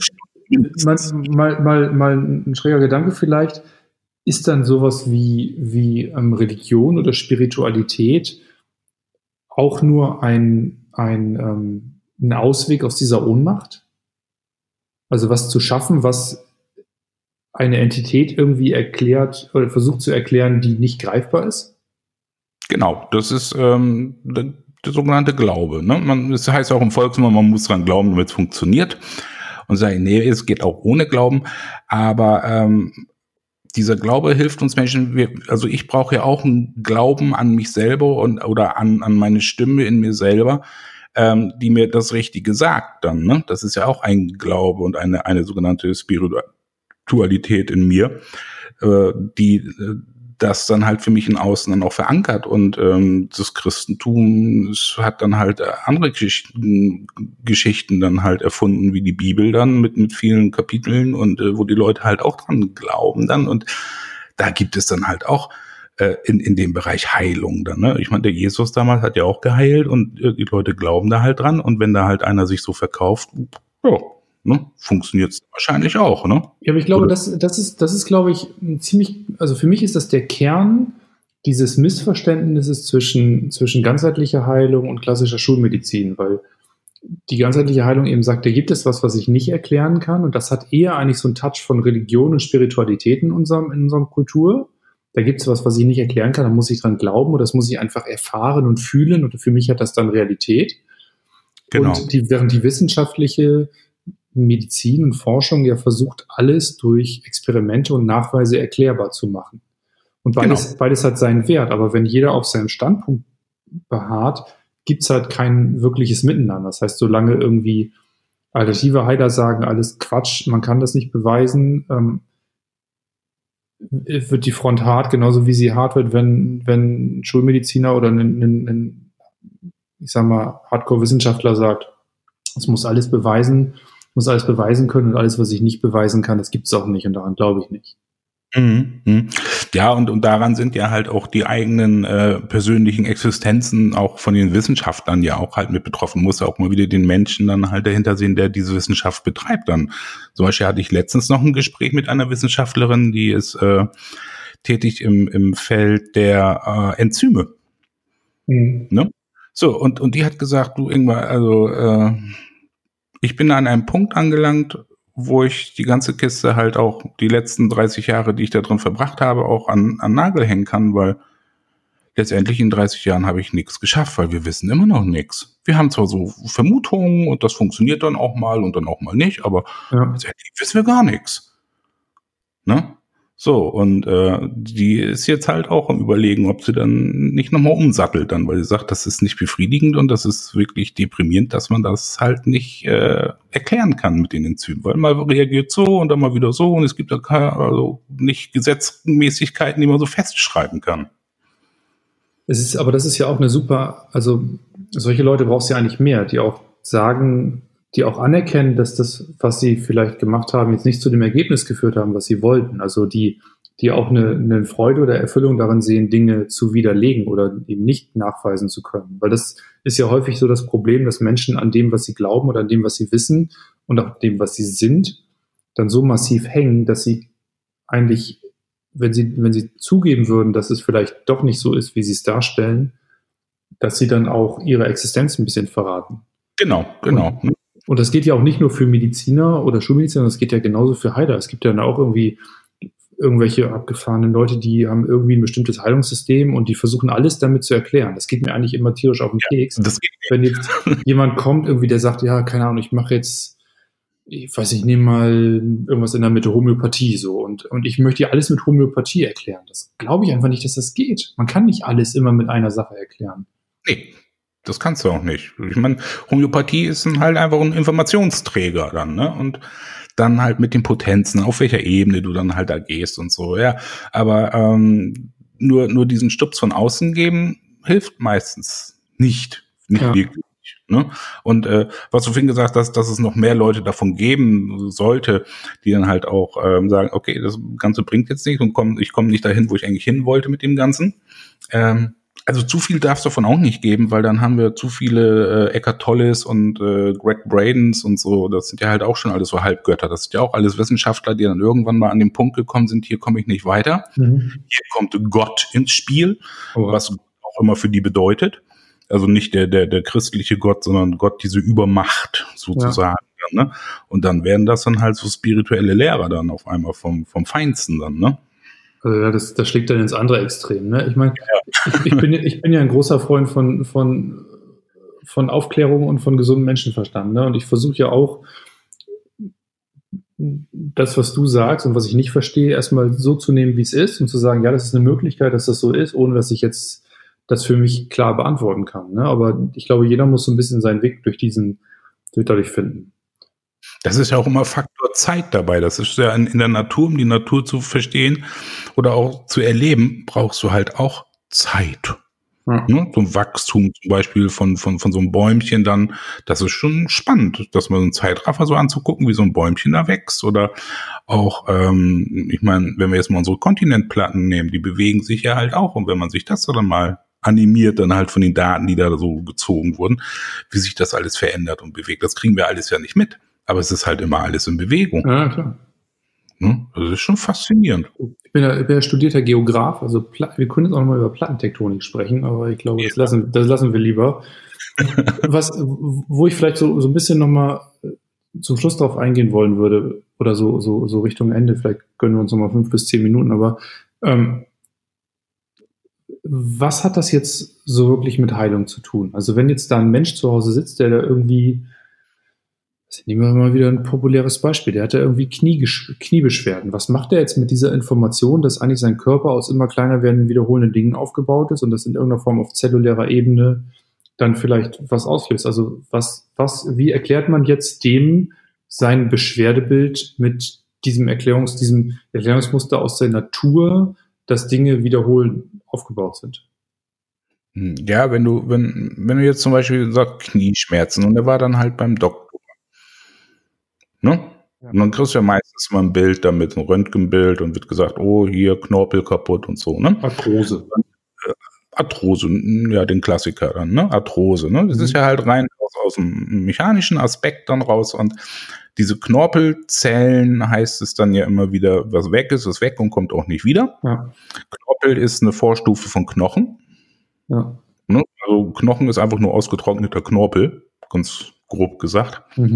mal ein schräger Gedanke vielleicht. Ist dann sowas wie Religion oder Spiritualität auch nur ein Ausweg aus dieser Ohnmacht? Also was zu schaffen, was eine Entität irgendwie erklärt oder versucht zu erklären, die nicht greifbar ist? Genau, das ist der sogenannte Glaube. Ne? Das heißt auch im Volksmund, man muss dran glauben, damit es funktioniert. Und sagen, nee, es geht auch ohne Glauben. Aber dieser Glaube hilft uns Menschen, also ich brauche ja auch einen Glauben an mich selber oder an meine Stimme in mir selber, die mir das Richtige sagt dann. Ne? Das ist ja auch ein Glaube und eine sogenannte Spiritualität in mir, die das dann halt für mich in Außen dann auch verankert. Und das Christentum hat dann halt andere Geschichten dann halt erfunden, wie die Bibel dann mit vielen Kapiteln und wo die Leute halt auch dran glauben dann. Und da gibt es dann halt auch in dem Bereich Heilung dann, ne? Ich meine, der Jesus damals hat ja auch geheilt und die Leute glauben da halt dran und wenn da halt einer sich so verkauft, ja, ne, funktioniert es wahrscheinlich auch, ne? Ja, aber ich glaube, das ist, glaube ich, ein ziemlich, also für mich ist das der Kern dieses Missverständnisses zwischen ganzheitlicher Heilung und klassischer Schulmedizin, weil die ganzheitliche Heilung eben sagt, da gibt es was ich nicht erklären kann und das hat eher eigentlich so einen Touch von Religion und Spiritualität in unserer Kultur. Da gibt es was ich nicht erklären kann, da muss ich dran glauben oder das muss ich einfach erfahren und fühlen und für mich hat das dann Realität. Genau. Und während die wissenschaftliche Medizin und Forschung ja versucht, alles durch Experimente und Nachweise erklärbar zu machen. Und beides hat seinen Wert, aber wenn jeder auf seinem Standpunkt beharrt, gibt es halt kein wirkliches Miteinander. Das heißt, solange irgendwie alternative Heiler sagen, alles Quatsch, man kann das nicht beweisen, wird die Front hart, genauso wie sie hart wird, wenn ein Schulmediziner oder ein ich sag mal, Hardcore-Wissenschaftler sagt, es muss alles beweisen können und alles, was ich nicht beweisen kann, das gibt es auch nicht und daran glaube ich nicht. Ja, und daran sind ja halt auch die eigenen persönlichen Existenzen auch von den Wissenschaftlern ja auch halt mit betroffen. Muss ja auch mal wieder den Menschen dann halt dahinter sehen, der diese Wissenschaft betreibt dann. Zum Beispiel hatte ich letztens noch ein Gespräch mit einer Wissenschaftlerin, die ist tätig im Feld der Enzyme. Ne? So, und die hat gesagt, du Ingmar, also ich bin an einem Punkt angelangt, wo ich die ganze Kiste halt auch die letzten 30 Jahre, die ich da drin verbracht habe, auch an Nagel hängen kann, weil letztendlich in 30 Jahren habe ich nichts geschafft, weil wir wissen immer noch nichts. Wir haben zwar so Vermutungen und das funktioniert dann auch mal und dann auch mal nicht, aber letztendlich wissen wir gar nichts. Ne? So, und die ist jetzt halt auch am Überlegen, ob sie dann nicht nochmal umsattelt dann, weil sie sagt, das ist nicht befriedigend und das ist wirklich deprimierend, dass man das halt nicht erklären kann mit den Enzymen, weil mal reagiert so und dann mal wieder so und es gibt also nicht Gesetzmäßigkeiten, die man so festschreiben kann. Aber das ist ja auch eine super, also solche Leute brauchst du ja eigentlich mehr, die auch sagen, die auch anerkennen, dass das, was sie vielleicht gemacht haben, jetzt nicht zu dem Ergebnis geführt haben, was sie wollten. Also die auch eine Freude oder Erfüllung darin sehen, Dinge zu widerlegen oder eben nicht nachweisen zu können. Weil das ist ja häufig so das Problem, dass Menschen an dem, was sie glauben oder an dem, was sie wissen und auch dem, was sie sind, dann so massiv hängen, dass sie eigentlich, wenn sie zugeben würden, dass es vielleicht doch nicht so ist, wie sie es darstellen, dass sie dann auch ihre Existenz ein bisschen verraten. Genau. Und das geht ja auch nicht nur für Mediziner oder Schulmediziner, das geht ja genauso für Heiler. Es gibt ja dann auch irgendwie irgendwelche abgefahrenen Leute, die haben irgendwie ein bestimmtes Heilungssystem und die versuchen alles damit zu erklären. Das geht mir eigentlich immer tierisch auf den Keks. Wenn jetzt jemand kommt, irgendwie, der sagt, ja, keine Ahnung, ich mache jetzt, ich weiß nicht, nehme mal irgendwas in der Mitte, Homöopathie so und ich möchte dir alles mit Homöopathie erklären. Das glaube ich einfach nicht, dass das geht. Man kann nicht alles immer mit einer Sache erklären. Nee. Das kannst du auch nicht. Ich meine, Homöopathie ist halt einfach ein Informationsträger dann, ne? Und dann halt mit den Potenzen, auf welcher Ebene du dann halt da gehst und so, ja. Aber nur diesen Stups von außen geben, hilft meistens nicht wirklich. Ne? Und was du vorhin gesagt hast, dass es noch mehr Leute davon geben sollte, die dann halt auch sagen, okay, das Ganze bringt jetzt nichts und ich komme nicht dahin, wo ich eigentlich hin wollte mit dem Ganzen. Also zu viel darf es davon auch nicht geben, weil dann haben wir zu viele Eckhart Tolles und Greg Bradens und so. Das sind ja halt auch schon alles so Halbgötter. Das sind ja auch alles Wissenschaftler, die dann irgendwann mal an den Punkt gekommen sind, hier komme ich nicht weiter. Hier kommt Gott ins Spiel, was auch immer für die bedeutet. Also nicht der christliche Gott, sondern Gott, diese Übermacht sozusagen. Ja. Ne? Und dann werden das dann halt so spirituelle Lehrer dann auf einmal vom Feinsten dann, ne? Also ja, das schlägt dann ins andere Extrem. Ne? Ich meine, ich bin ja ein großer Freund von Aufklärung und von gesundem Menschenverstand. Ne? Und ich versuche ja auch, das, was du sagst und was ich nicht verstehe, erstmal so zu nehmen, wie es ist und zu sagen, ja, das ist eine Möglichkeit, dass das so ist, ohne dass ich jetzt das für mich klar beantworten kann. Ne? Aber ich glaube, jeder muss so ein bisschen seinen Weg dadurch finden. Das ist ja auch immer Faktor Zeit dabei. Das ist ja in der Natur, um die Natur zu verstehen oder auch zu erleben, brauchst du halt auch Zeit. Ja. Ne? So ein Wachstum zum Beispiel von so einem Bäumchen dann, das ist schon spannend, dass man so einen Zeitraffer so anzugucken, wie so ein Bäumchen da wächst. Oder auch, ich meine, wenn wir jetzt mal unsere Kontinentplatten nehmen, die bewegen sich ja halt auch. Und wenn man sich das dann mal animiert, dann halt von den Daten, die da so gezogen wurden, wie sich das alles verändert und bewegt. Das kriegen wir alles ja nicht mit. Aber es ist halt immer alles in Bewegung. Ja, klar. Ne? Das ist schon faszinierend. Ich bin ja studierter Geograf, also wir können jetzt auch nochmal über Plattentektonik sprechen, aber ich glaube, das lassen wir lieber. Wo ich vielleicht so ein bisschen nochmal zum Schluss drauf eingehen wollen würde, oder so Richtung Ende, vielleicht gönnen wir uns nochmal 5 bis 10 Minuten, aber was hat das jetzt so wirklich mit Heilung zu tun? Also wenn jetzt da ein Mensch zu Hause sitzt, der da irgendwie, nehmen wir mal wieder ein populäres Beispiel, der hat ja irgendwie Kniebeschwerden. Was macht er jetzt mit dieser Information, dass eigentlich sein Körper aus immer kleiner werdenden, wiederholenden Dingen aufgebaut ist und das in irgendeiner Form auf zellulärer Ebene dann vielleicht was auslöst? Also wie erklärt man jetzt dem sein Beschwerdebild mit diesem Erklärungsmuster aus der Natur, dass Dinge wiederholen aufgebaut sind? Ja, wenn du jetzt zum Beispiel sagst Knieschmerzen und er war dann halt beim Doktor, ne? Ja. Und dann kriegst du ja meistens mal ein Bild damit, ein Röntgenbild und wird gesagt, oh, hier Knorpel kaputt und so, ne? Arthrose. Arthrose, ja, den Klassiker dann, ne? Arthrose, ne? Das ist ja halt rein aus dem mechanischen Aspekt dann raus und diese Knorpelzellen heißt es dann ja immer wieder, was weg ist weg und kommt auch nicht wieder. Ja. Knorpel ist eine Vorstufe von Knochen. Ja. Ne? Also Knochen ist einfach nur ausgetrockneter Knorpel, ganz grob gesagt. Mhm.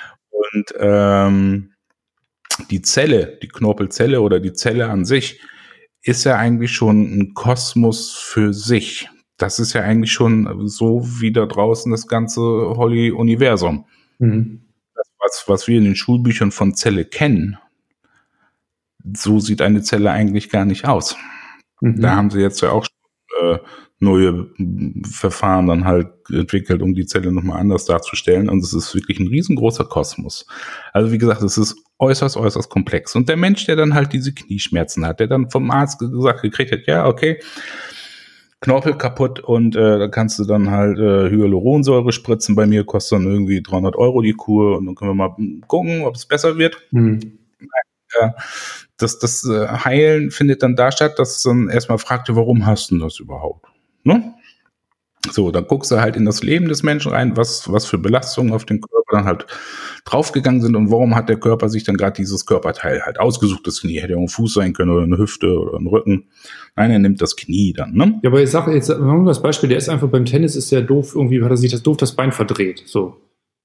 Und die Zelle, die Knorpelzelle oder die Zelle an sich, ist ja eigentlich schon ein Kosmos für sich. Das ist ja eigentlich schon so wie da draußen das ganze Holly-Universum. Mhm. Was wir in den Schulbüchern von Zelle kennen, so sieht eine Zelle eigentlich gar nicht aus. Mhm. Da haben sie jetzt ja auch neue Verfahren dann halt entwickelt, um die Zelle nochmal anders darzustellen. Und es ist wirklich ein riesengroßer Kosmos. Also wie gesagt, es ist äußerst, äußerst komplex. Und der Mensch, der dann halt diese Knieschmerzen hat, der dann vom Arzt gesagt gekriegt hat, ja, okay, Knorpel kaputt und da kannst du dann halt Hyaluronsäure spritzen. Bei mir kostet dann irgendwie 300 € die Kur und dann können wir mal gucken, ob es besser wird. Mhm. Das Heilen findet dann da statt, dass dann erstmal fragte, warum hast du das überhaupt? Ne? So, dann guckst du halt in das Leben des Menschen rein, was für Belastungen auf den Körper dann halt draufgegangen sind und warum hat der Körper sich dann gerade dieses Körperteil halt ausgesucht. Das Knie hätte ja auch ein Fuß sein können oder eine Hüfte oder ein Rücken. Nein, er nimmt das Knie dann, ne? Ja, aber jetzt machen wir das Beispiel, der ist einfach beim Tennis, ist der doof, irgendwie hat er sich das Bein verdreht, so.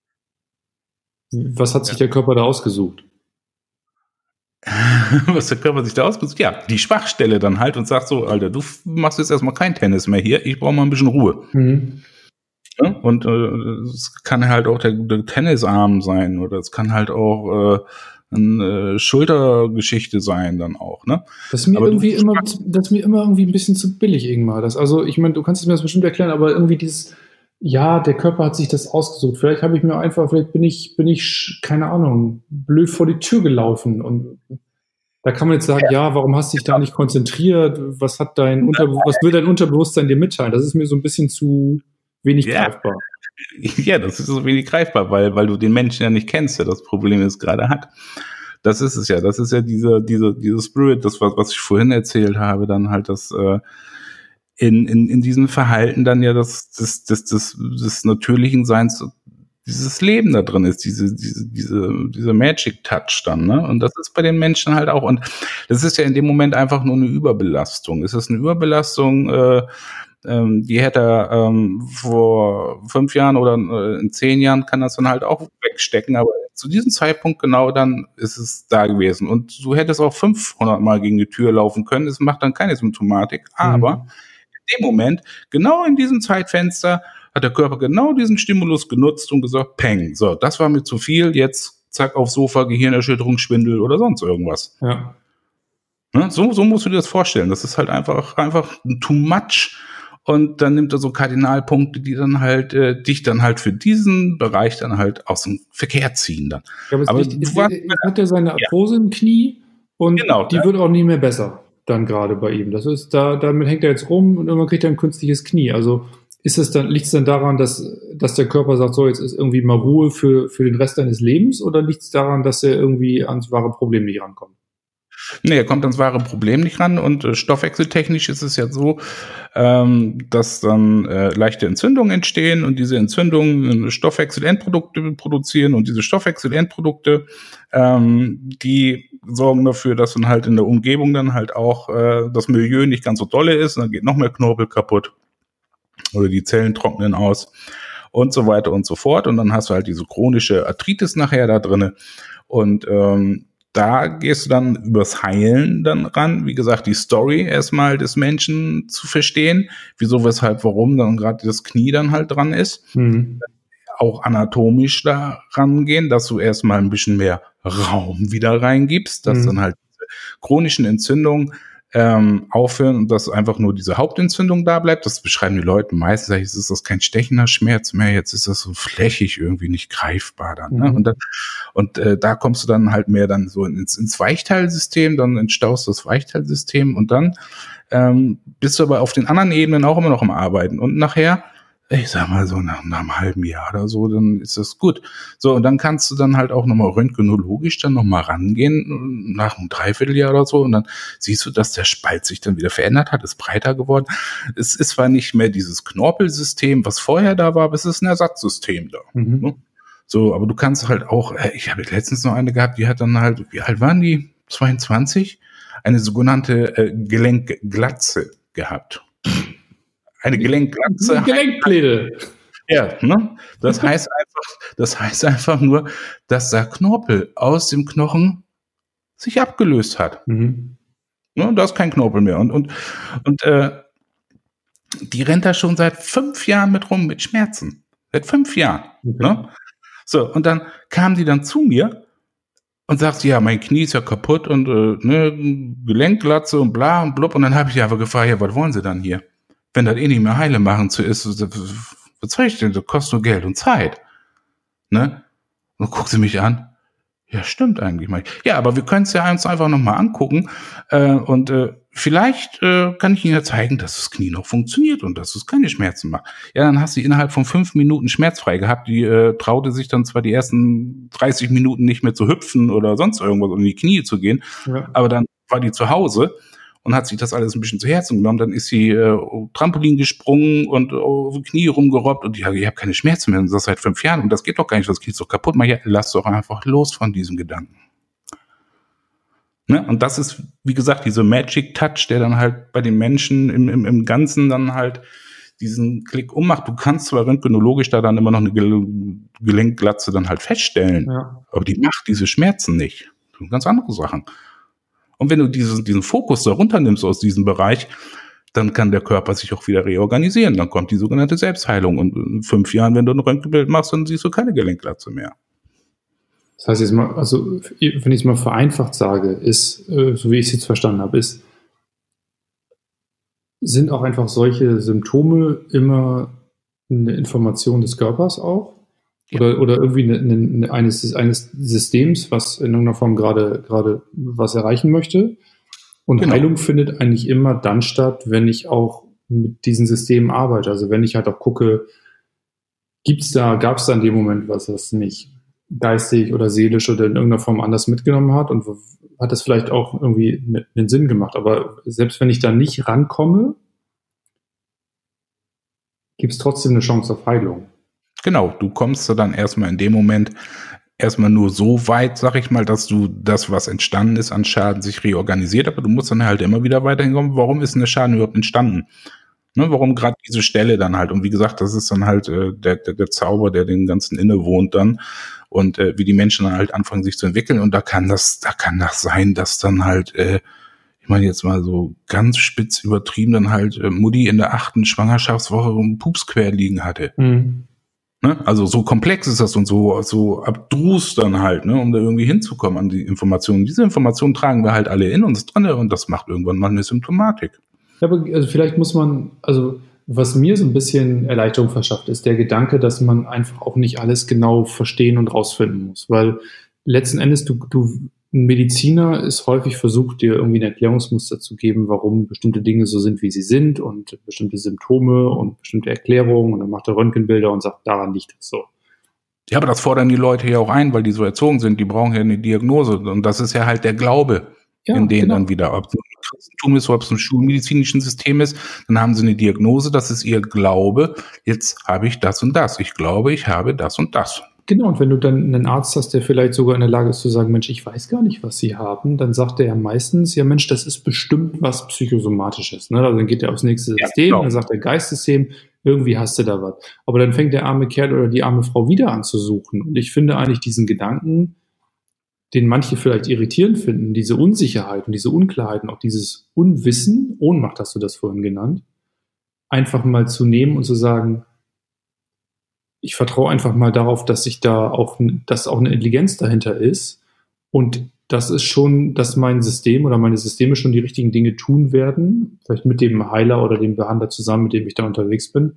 Was hat sich der Körper da ausgesucht? Was der Körper sich da ausgesucht? Ja, die Schwachstelle dann halt und sagt so, Alter, du machst jetzt erstmal kein Tennis mehr hier, ich brauche mal ein bisschen Ruhe. Mhm. Ja? Und es kann halt auch der Tennisarm sein oder es kann halt auch eine Schultergeschichte sein dann auch, ne? Das ist mir irgendwie immer irgendwie ein bisschen zu billig, Ingmar. Also, ich meine, du kannst es mir das bestimmt erklären, aber irgendwie der Körper hat sich das ausgesucht. Vielleicht bin ich, keine Ahnung, blöd vor die Tür gelaufen. Und da kann man jetzt sagen, warum hast du dich da nicht konzentriert? Was will dein Unterbewusstsein dir mitteilen? Das ist mir so ein bisschen zu wenig greifbar. Ja, das ist so wenig greifbar, weil du den Menschen ja nicht kennst, der das Problem jetzt gerade hat. Das ist es ja. Das ist ja dieser Spirit, das was ich vorhin erzählt habe, dann halt das in diesem Verhalten dann ja des natürlichen Seins, dieses Leben da drin ist, diese Magic Touch dann, ne? Und das ist bei den Menschen halt auch. Und das ist ja in dem Moment einfach nur eine Überbelastung. Es ist eine Überbelastung, die hätte er vor 5 Jahren oder in 10 Jahren kann das dann halt auch wegstecken, aber zu diesem Zeitpunkt genau dann ist es da gewesen. Und du hättest auch 500 Mal gegen die Tür laufen können, es macht dann keine Symptomatik, aber in dem Moment, genau in diesem Zeitfenster, hat der Körper genau diesen Stimulus genutzt und gesagt, peng, so, das war mir zu viel, jetzt zack aufs Sofa, Gehirnerschütterung, Schwindel oder sonst irgendwas. Ja. Ne? So musst du dir das vorstellen. Das ist halt einfach too much. Und dann nimmt er so Kardinalpunkte, die dann halt dich dann halt für diesen Bereich dann halt aus dem Verkehr ziehen dann. Ja, aber jetzt hat er seine Arthrose im Knie und die wird auch nie mehr besser. dann gerade bei ihm? Das ist, damit hängt er jetzt rum und irgendwann kriegt er ein künstliches Knie. Also liegt es dann daran, dass der Körper sagt, so, jetzt ist irgendwie mal Ruhe für den Rest deines Lebens, oder liegt es daran, dass er irgendwie ans wahre Problem nicht rankommt? Nee, er kommt ans wahre Problem nicht ran und stoffwechseltechnisch ist es ja so, dass dann leichte Entzündungen entstehen und diese Entzündungen Stoffwechselendprodukte produzieren und diese Stoffwechselendprodukte, die sorgen dafür, dass dann halt in der Umgebung dann halt auch das Milieu nicht ganz so dolle ist und dann geht noch mehr Knorpel kaputt oder die Zellen trocknen aus und so weiter und so fort und dann hast du halt diese chronische Arthritis nachher da drinne und da gehst du dann übers Heilen dann ran, wie gesagt, die Story erstmal des Menschen zu verstehen, wieso, weshalb, warum dann gerade das Knie dann halt dran ist. Auch anatomisch da rangehen, dass du erstmal ein bisschen mehr Raum wieder reingibst, dass dann halt diese chronischen Entzündungen aufhören und dass einfach nur diese Hauptentzündung da bleibt. Das beschreiben die Leute meistens, jetzt ist das kein stechender Schmerz mehr, jetzt ist das so flächig irgendwie nicht greifbar dann. Ne? Und da kommst du dann halt mehr dann so ins Weichteilsystem, dann entstaust das Weichteilsystem und dann bist du aber auf den anderen Ebenen auch immer noch am Arbeiten. Und nachher, ich sag mal so nach einem halben Jahr oder so, dann ist das gut. So, und dann kannst du dann halt auch nochmal röntgenologisch dann nochmal rangehen, nach einem Dreivierteljahr oder so, und dann siehst du, dass der Spalt sich dann wieder verändert hat, ist breiter geworden. Es ist zwar nicht mehr dieses Knorpelsystem, was vorher da war, aber es ist ein Ersatzsystem da. Ne? So, aber du kannst halt auch, ich habe letztens noch eine gehabt, die hat dann halt, wie alt waren die? 22? Eine sogenannte Gelenkglatze gehabt. Eine Gelenkglatze. Gelenkpläne. Ja, ne? Das heißt einfach nur, dass der Knorpel aus dem Knochen sich abgelöst hat. Ne? Da ist kein Knorpel mehr. Und die rennt da schon seit 5 Jahren mit rum mit Schmerzen. Seit 5 Jahren. Okay. Ne? So, und dann kam die dann zu mir und sagt, ja, mein Knie ist ja kaputt und Gelenkglatze und bla und blub. Und dann habe ich einfach gefragt, ja, was wollen Sie dann hier? Wenn das nicht mehr heile machen zu ist, was soll ich denn? Das kostet nur Geld und Zeit. Ne? Und dann guckt sie mich an. Ja, stimmt eigentlich mal. Ja, aber wir können es ja uns einfach nochmal angucken. Und vielleicht kann ich Ihnen ja zeigen, dass das Knie noch funktioniert und dass es keine Schmerzen macht. Ja, dann hast du innerhalb von 5 Minuten schmerzfrei gehabt. Die traute sich dann zwar die ersten 30 Minuten nicht mehr zu hüpfen oder sonst irgendwas, um in die Knie zu gehen. Ja. Aber dann war die zu Hause und hat sich das alles ein bisschen zu Herzen genommen. Dann ist sie Trampolin gesprungen und auf die Knie rumgerobbt und ich habe keine Schmerzen mehr. Und das seit 5 Jahren. Und das geht doch gar nicht, das Knie ist doch kaputt. Ja, lass doch einfach los von diesem Gedanken. Ne? Und das ist, wie gesagt, dieser Magic Touch, der dann halt bei den Menschen im Ganzen dann halt diesen Klick ummacht. Du kannst zwar röntgenologisch da dann immer noch eine Gelenkglatze dann halt feststellen, aber die macht diese Schmerzen nicht. Das sind ganz andere Sachen. Und wenn du diesen Fokus da runternimmst aus diesem Bereich, dann kann der Körper sich auch wieder reorganisieren. Dann kommt die sogenannte Selbstheilung. Und in 5 Jahren, wenn du ein Röntgenbild machst, dann siehst du keine Gelenkglatze mehr. Das heißt jetzt mal, also wenn ich es mal vereinfacht sage, ist, so wie ich es jetzt verstanden habe, sind auch einfach solche Symptome immer eine Information des Körpers auch? Oder irgendwie eines Systems, was in irgendeiner Form gerade was erreichen möchte. Und genau. Heilung findet eigentlich immer dann statt, wenn ich auch mit diesen Systemen arbeite. Also wenn ich halt auch gucke, gab es da in dem Moment was, das nicht geistig oder seelisch oder in irgendeiner Form anders mitgenommen hat und hat das vielleicht auch irgendwie einen Sinn gemacht. Aber selbst wenn ich da nicht rankomme, gibt es trotzdem eine Chance auf Heilung. Genau, du kommst dann erstmal in dem Moment erstmal nur so weit, sag ich mal, dass du das, was entstanden ist an Schaden, sich reorganisiert, aber du musst dann halt immer wieder weiterhin kommen, warum ist denn der Schaden überhaupt entstanden? Ne, warum gerade diese Stelle dann halt? Und wie gesagt, das ist dann halt der Zauber, der den ganzen innewohnt dann und wie die Menschen dann halt anfangen, sich zu entwickeln und da kann das sein, dass dann halt ich meine jetzt mal so ganz spitz übertrieben dann halt Mutti in der 8. Schwangerschaftswoche einen Pups quer liegen hatte. Ne? Also so komplex ist das und so abstrus dann halt, ne, um da irgendwie hinzukommen an die Informationen. Diese Informationen tragen wir halt alle in uns drin und das macht irgendwann mal eine Symptomatik. Ja, aber also vielleicht muss man, also was mir so ein bisschen Erleichterung verschafft, ist der Gedanke, dass man einfach auch nicht alles genau verstehen und rausfinden muss. Weil letzten Endes, du ein Mediziner ist häufig versucht, dir irgendwie ein Erklärungsmuster zu geben, warum bestimmte Dinge so sind, wie sie sind und bestimmte Symptome und bestimmte Erklärungen. Und dann macht er Röntgenbilder und sagt, daran liegt es so. Ja, aber das fordern die Leute ja auch ein, weil die so erzogen sind. Die brauchen ja eine Diagnose. Und das ist ja halt der Glaube, Ja, in denen genau. dann wieder, ob es ein Christentum ist, ob es ein schulmedizinischen System ist, dann haben sie eine Diagnose, das ist ihr Glaube. Jetzt habe ich das und das. Ich glaube, ich habe das und das. Genau, und wenn du dann einen Arzt hast, der vielleicht sogar in der Lage ist zu sagen, Mensch, ich weiß gar nicht, was Sie haben, dann sagt er ja meistens, ja Mensch, das ist bestimmt was Psychosomatisches. Ne? Also dann geht er aufs nächste System, genau. Dann sagt der Geistsystem, irgendwie hast du da was. Aber dann fängt der arme Kerl oder die arme Frau wieder an zu suchen. Und ich finde eigentlich diesen Gedanken, den manche vielleicht irritierend finden, diese Unsicherheit und diese Unklarheit und auch dieses Unwissen, Ohnmacht hast du das vorhin genannt, einfach mal zu nehmen und zu sagen, ich vertraue einfach mal darauf, dass dass auch eine Intelligenz dahinter ist und das ist schon, dass mein System oder meine Systeme schon die richtigen Dinge tun werden, vielleicht mit dem Heiler oder dem Behandler zusammen, mit dem ich da unterwegs bin,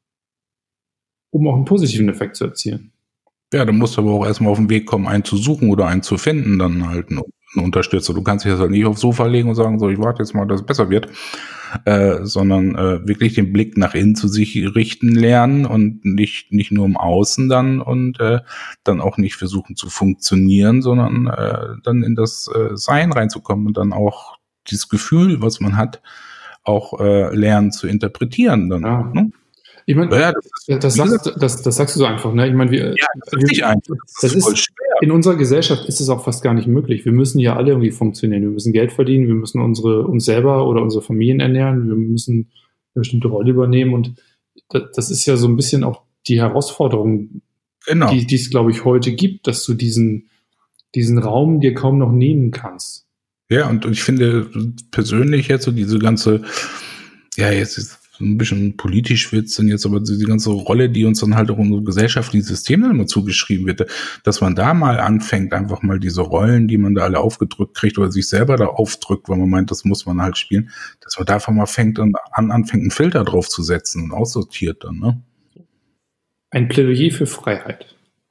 um auch einen positiven Effekt zu erzielen. Ja, dann musst du aber auch erstmal auf den Weg kommen, einen zu suchen oder einen zu finden, dann halt einen Unterstützer. Du kannst dich jetzt halt nicht aufs Sofa legen und sagen, so, ich warte jetzt mal, dass es besser wird, sondern wirklich den Blick nach innen zu sich richten lernen und nicht nur im Außen dann und dann auch nicht versuchen zu funktionieren, sondern dann in das Sein reinzukommen und dann auch dieses Gefühl, was man hat, auch lernen zu interpretieren dann. Ja. Ne? Ich meine, Ja, das sagst du so einfach, ne? Ich meine, das ist nicht einfach. Das ist voll schwer. In unserer Gesellschaft ist es auch fast gar nicht möglich. Wir müssen ja alle irgendwie funktionieren. Wir müssen Geld verdienen, wir müssen uns selber oder unsere Familien ernähren, wir müssen eine bestimmte Rolle übernehmen und das ist ja so ein bisschen auch die Herausforderung, Genau. die es, glaube ich, heute gibt, dass du diesen Raum dir kaum noch nehmen kannst. Ja, und ich finde persönlich jetzt so diese ganze, ja, jetzt ist ein bisschen politisch wird's denn jetzt, aber die ganze Rolle, die uns dann halt auch unsere gesellschaftlichen Systeme dann immer zugeschrieben wird, dass man da mal anfängt, einfach mal diese Rollen, die man da alle aufgedrückt kriegt oder sich selber da aufdrückt, weil man meint, das muss man halt spielen, dass man da einfach mal anfängt, einen Filter drauf zu setzen und aussortiert dann, ne? Ein Plädoyer für Freiheit.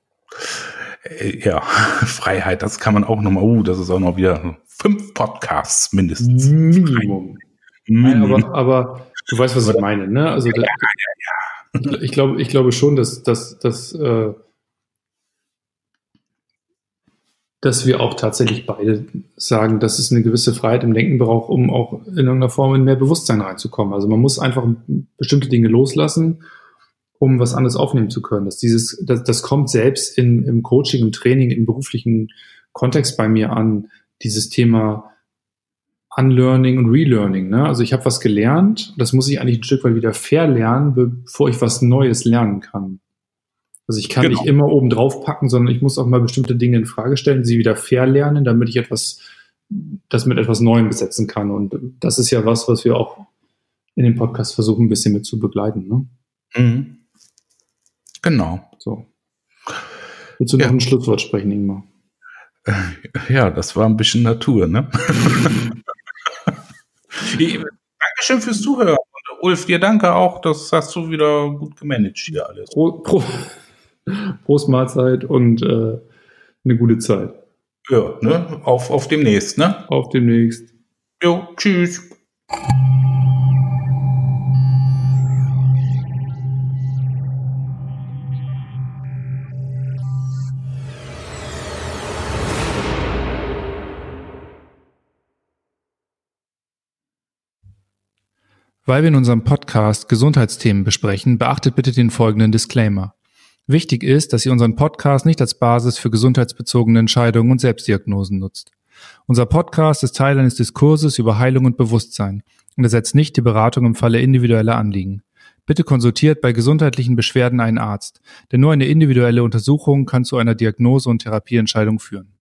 Ja, Freiheit, das kann man auch nochmal, das ist auch noch wieder 5 Podcasts mindestens. Minimum. Nein, aber du weißt, was ich meine, ne? Also ich glaube schon, dass wir auch tatsächlich beide sagen, dass es eine gewisse Freiheit im Denken braucht, um auch in irgendeiner Form in mehr Bewusstsein reinzukommen. Also man muss einfach bestimmte Dinge loslassen, um was anderes aufnehmen zu können. Das kommt selbst im Coaching, im Training, im beruflichen Kontext bei mir an, dieses Thema Unlearning und Relearning. Ne? Also ich habe was gelernt, das muss ich eigentlich ein Stück weit wieder verlernen, bevor ich was Neues lernen kann. Also ich kann nicht immer oben drauf packen, sondern ich muss auch mal bestimmte Dinge in Frage stellen, sie wieder verlernen, damit ich das mit etwas Neuem besetzen kann. Und das ist ja was wir auch in dem Podcast versuchen, ein bisschen mit zu begleiten. Ne? Mhm. Genau. So. Willst du noch ein Schlusswort sprechen, Ingmar? Ja, das war ein bisschen Natur, ne? Dankeschön fürs Zuhören. Und Ulf, dir danke auch, das hast du wieder gut gemanagt hier alles. Prost Mahlzeit und eine gute Zeit. Ja, ne? Auf demnächst, ne? Auf demnächst. Jo, tschüss. Weil wir in unserem Podcast Gesundheitsthemen besprechen, beachtet bitte den folgenden Disclaimer. Wichtig ist, dass ihr unseren Podcast nicht als Basis für gesundheitsbezogene Entscheidungen und Selbstdiagnosen nutzt. Unser Podcast ist Teil eines Diskurses über Heilung und Bewusstsein und ersetzt nicht die Beratung im Falle individueller Anliegen. Bitte konsultiert bei gesundheitlichen Beschwerden einen Arzt, denn nur eine individuelle Untersuchung kann zu einer Diagnose und Therapieentscheidung führen.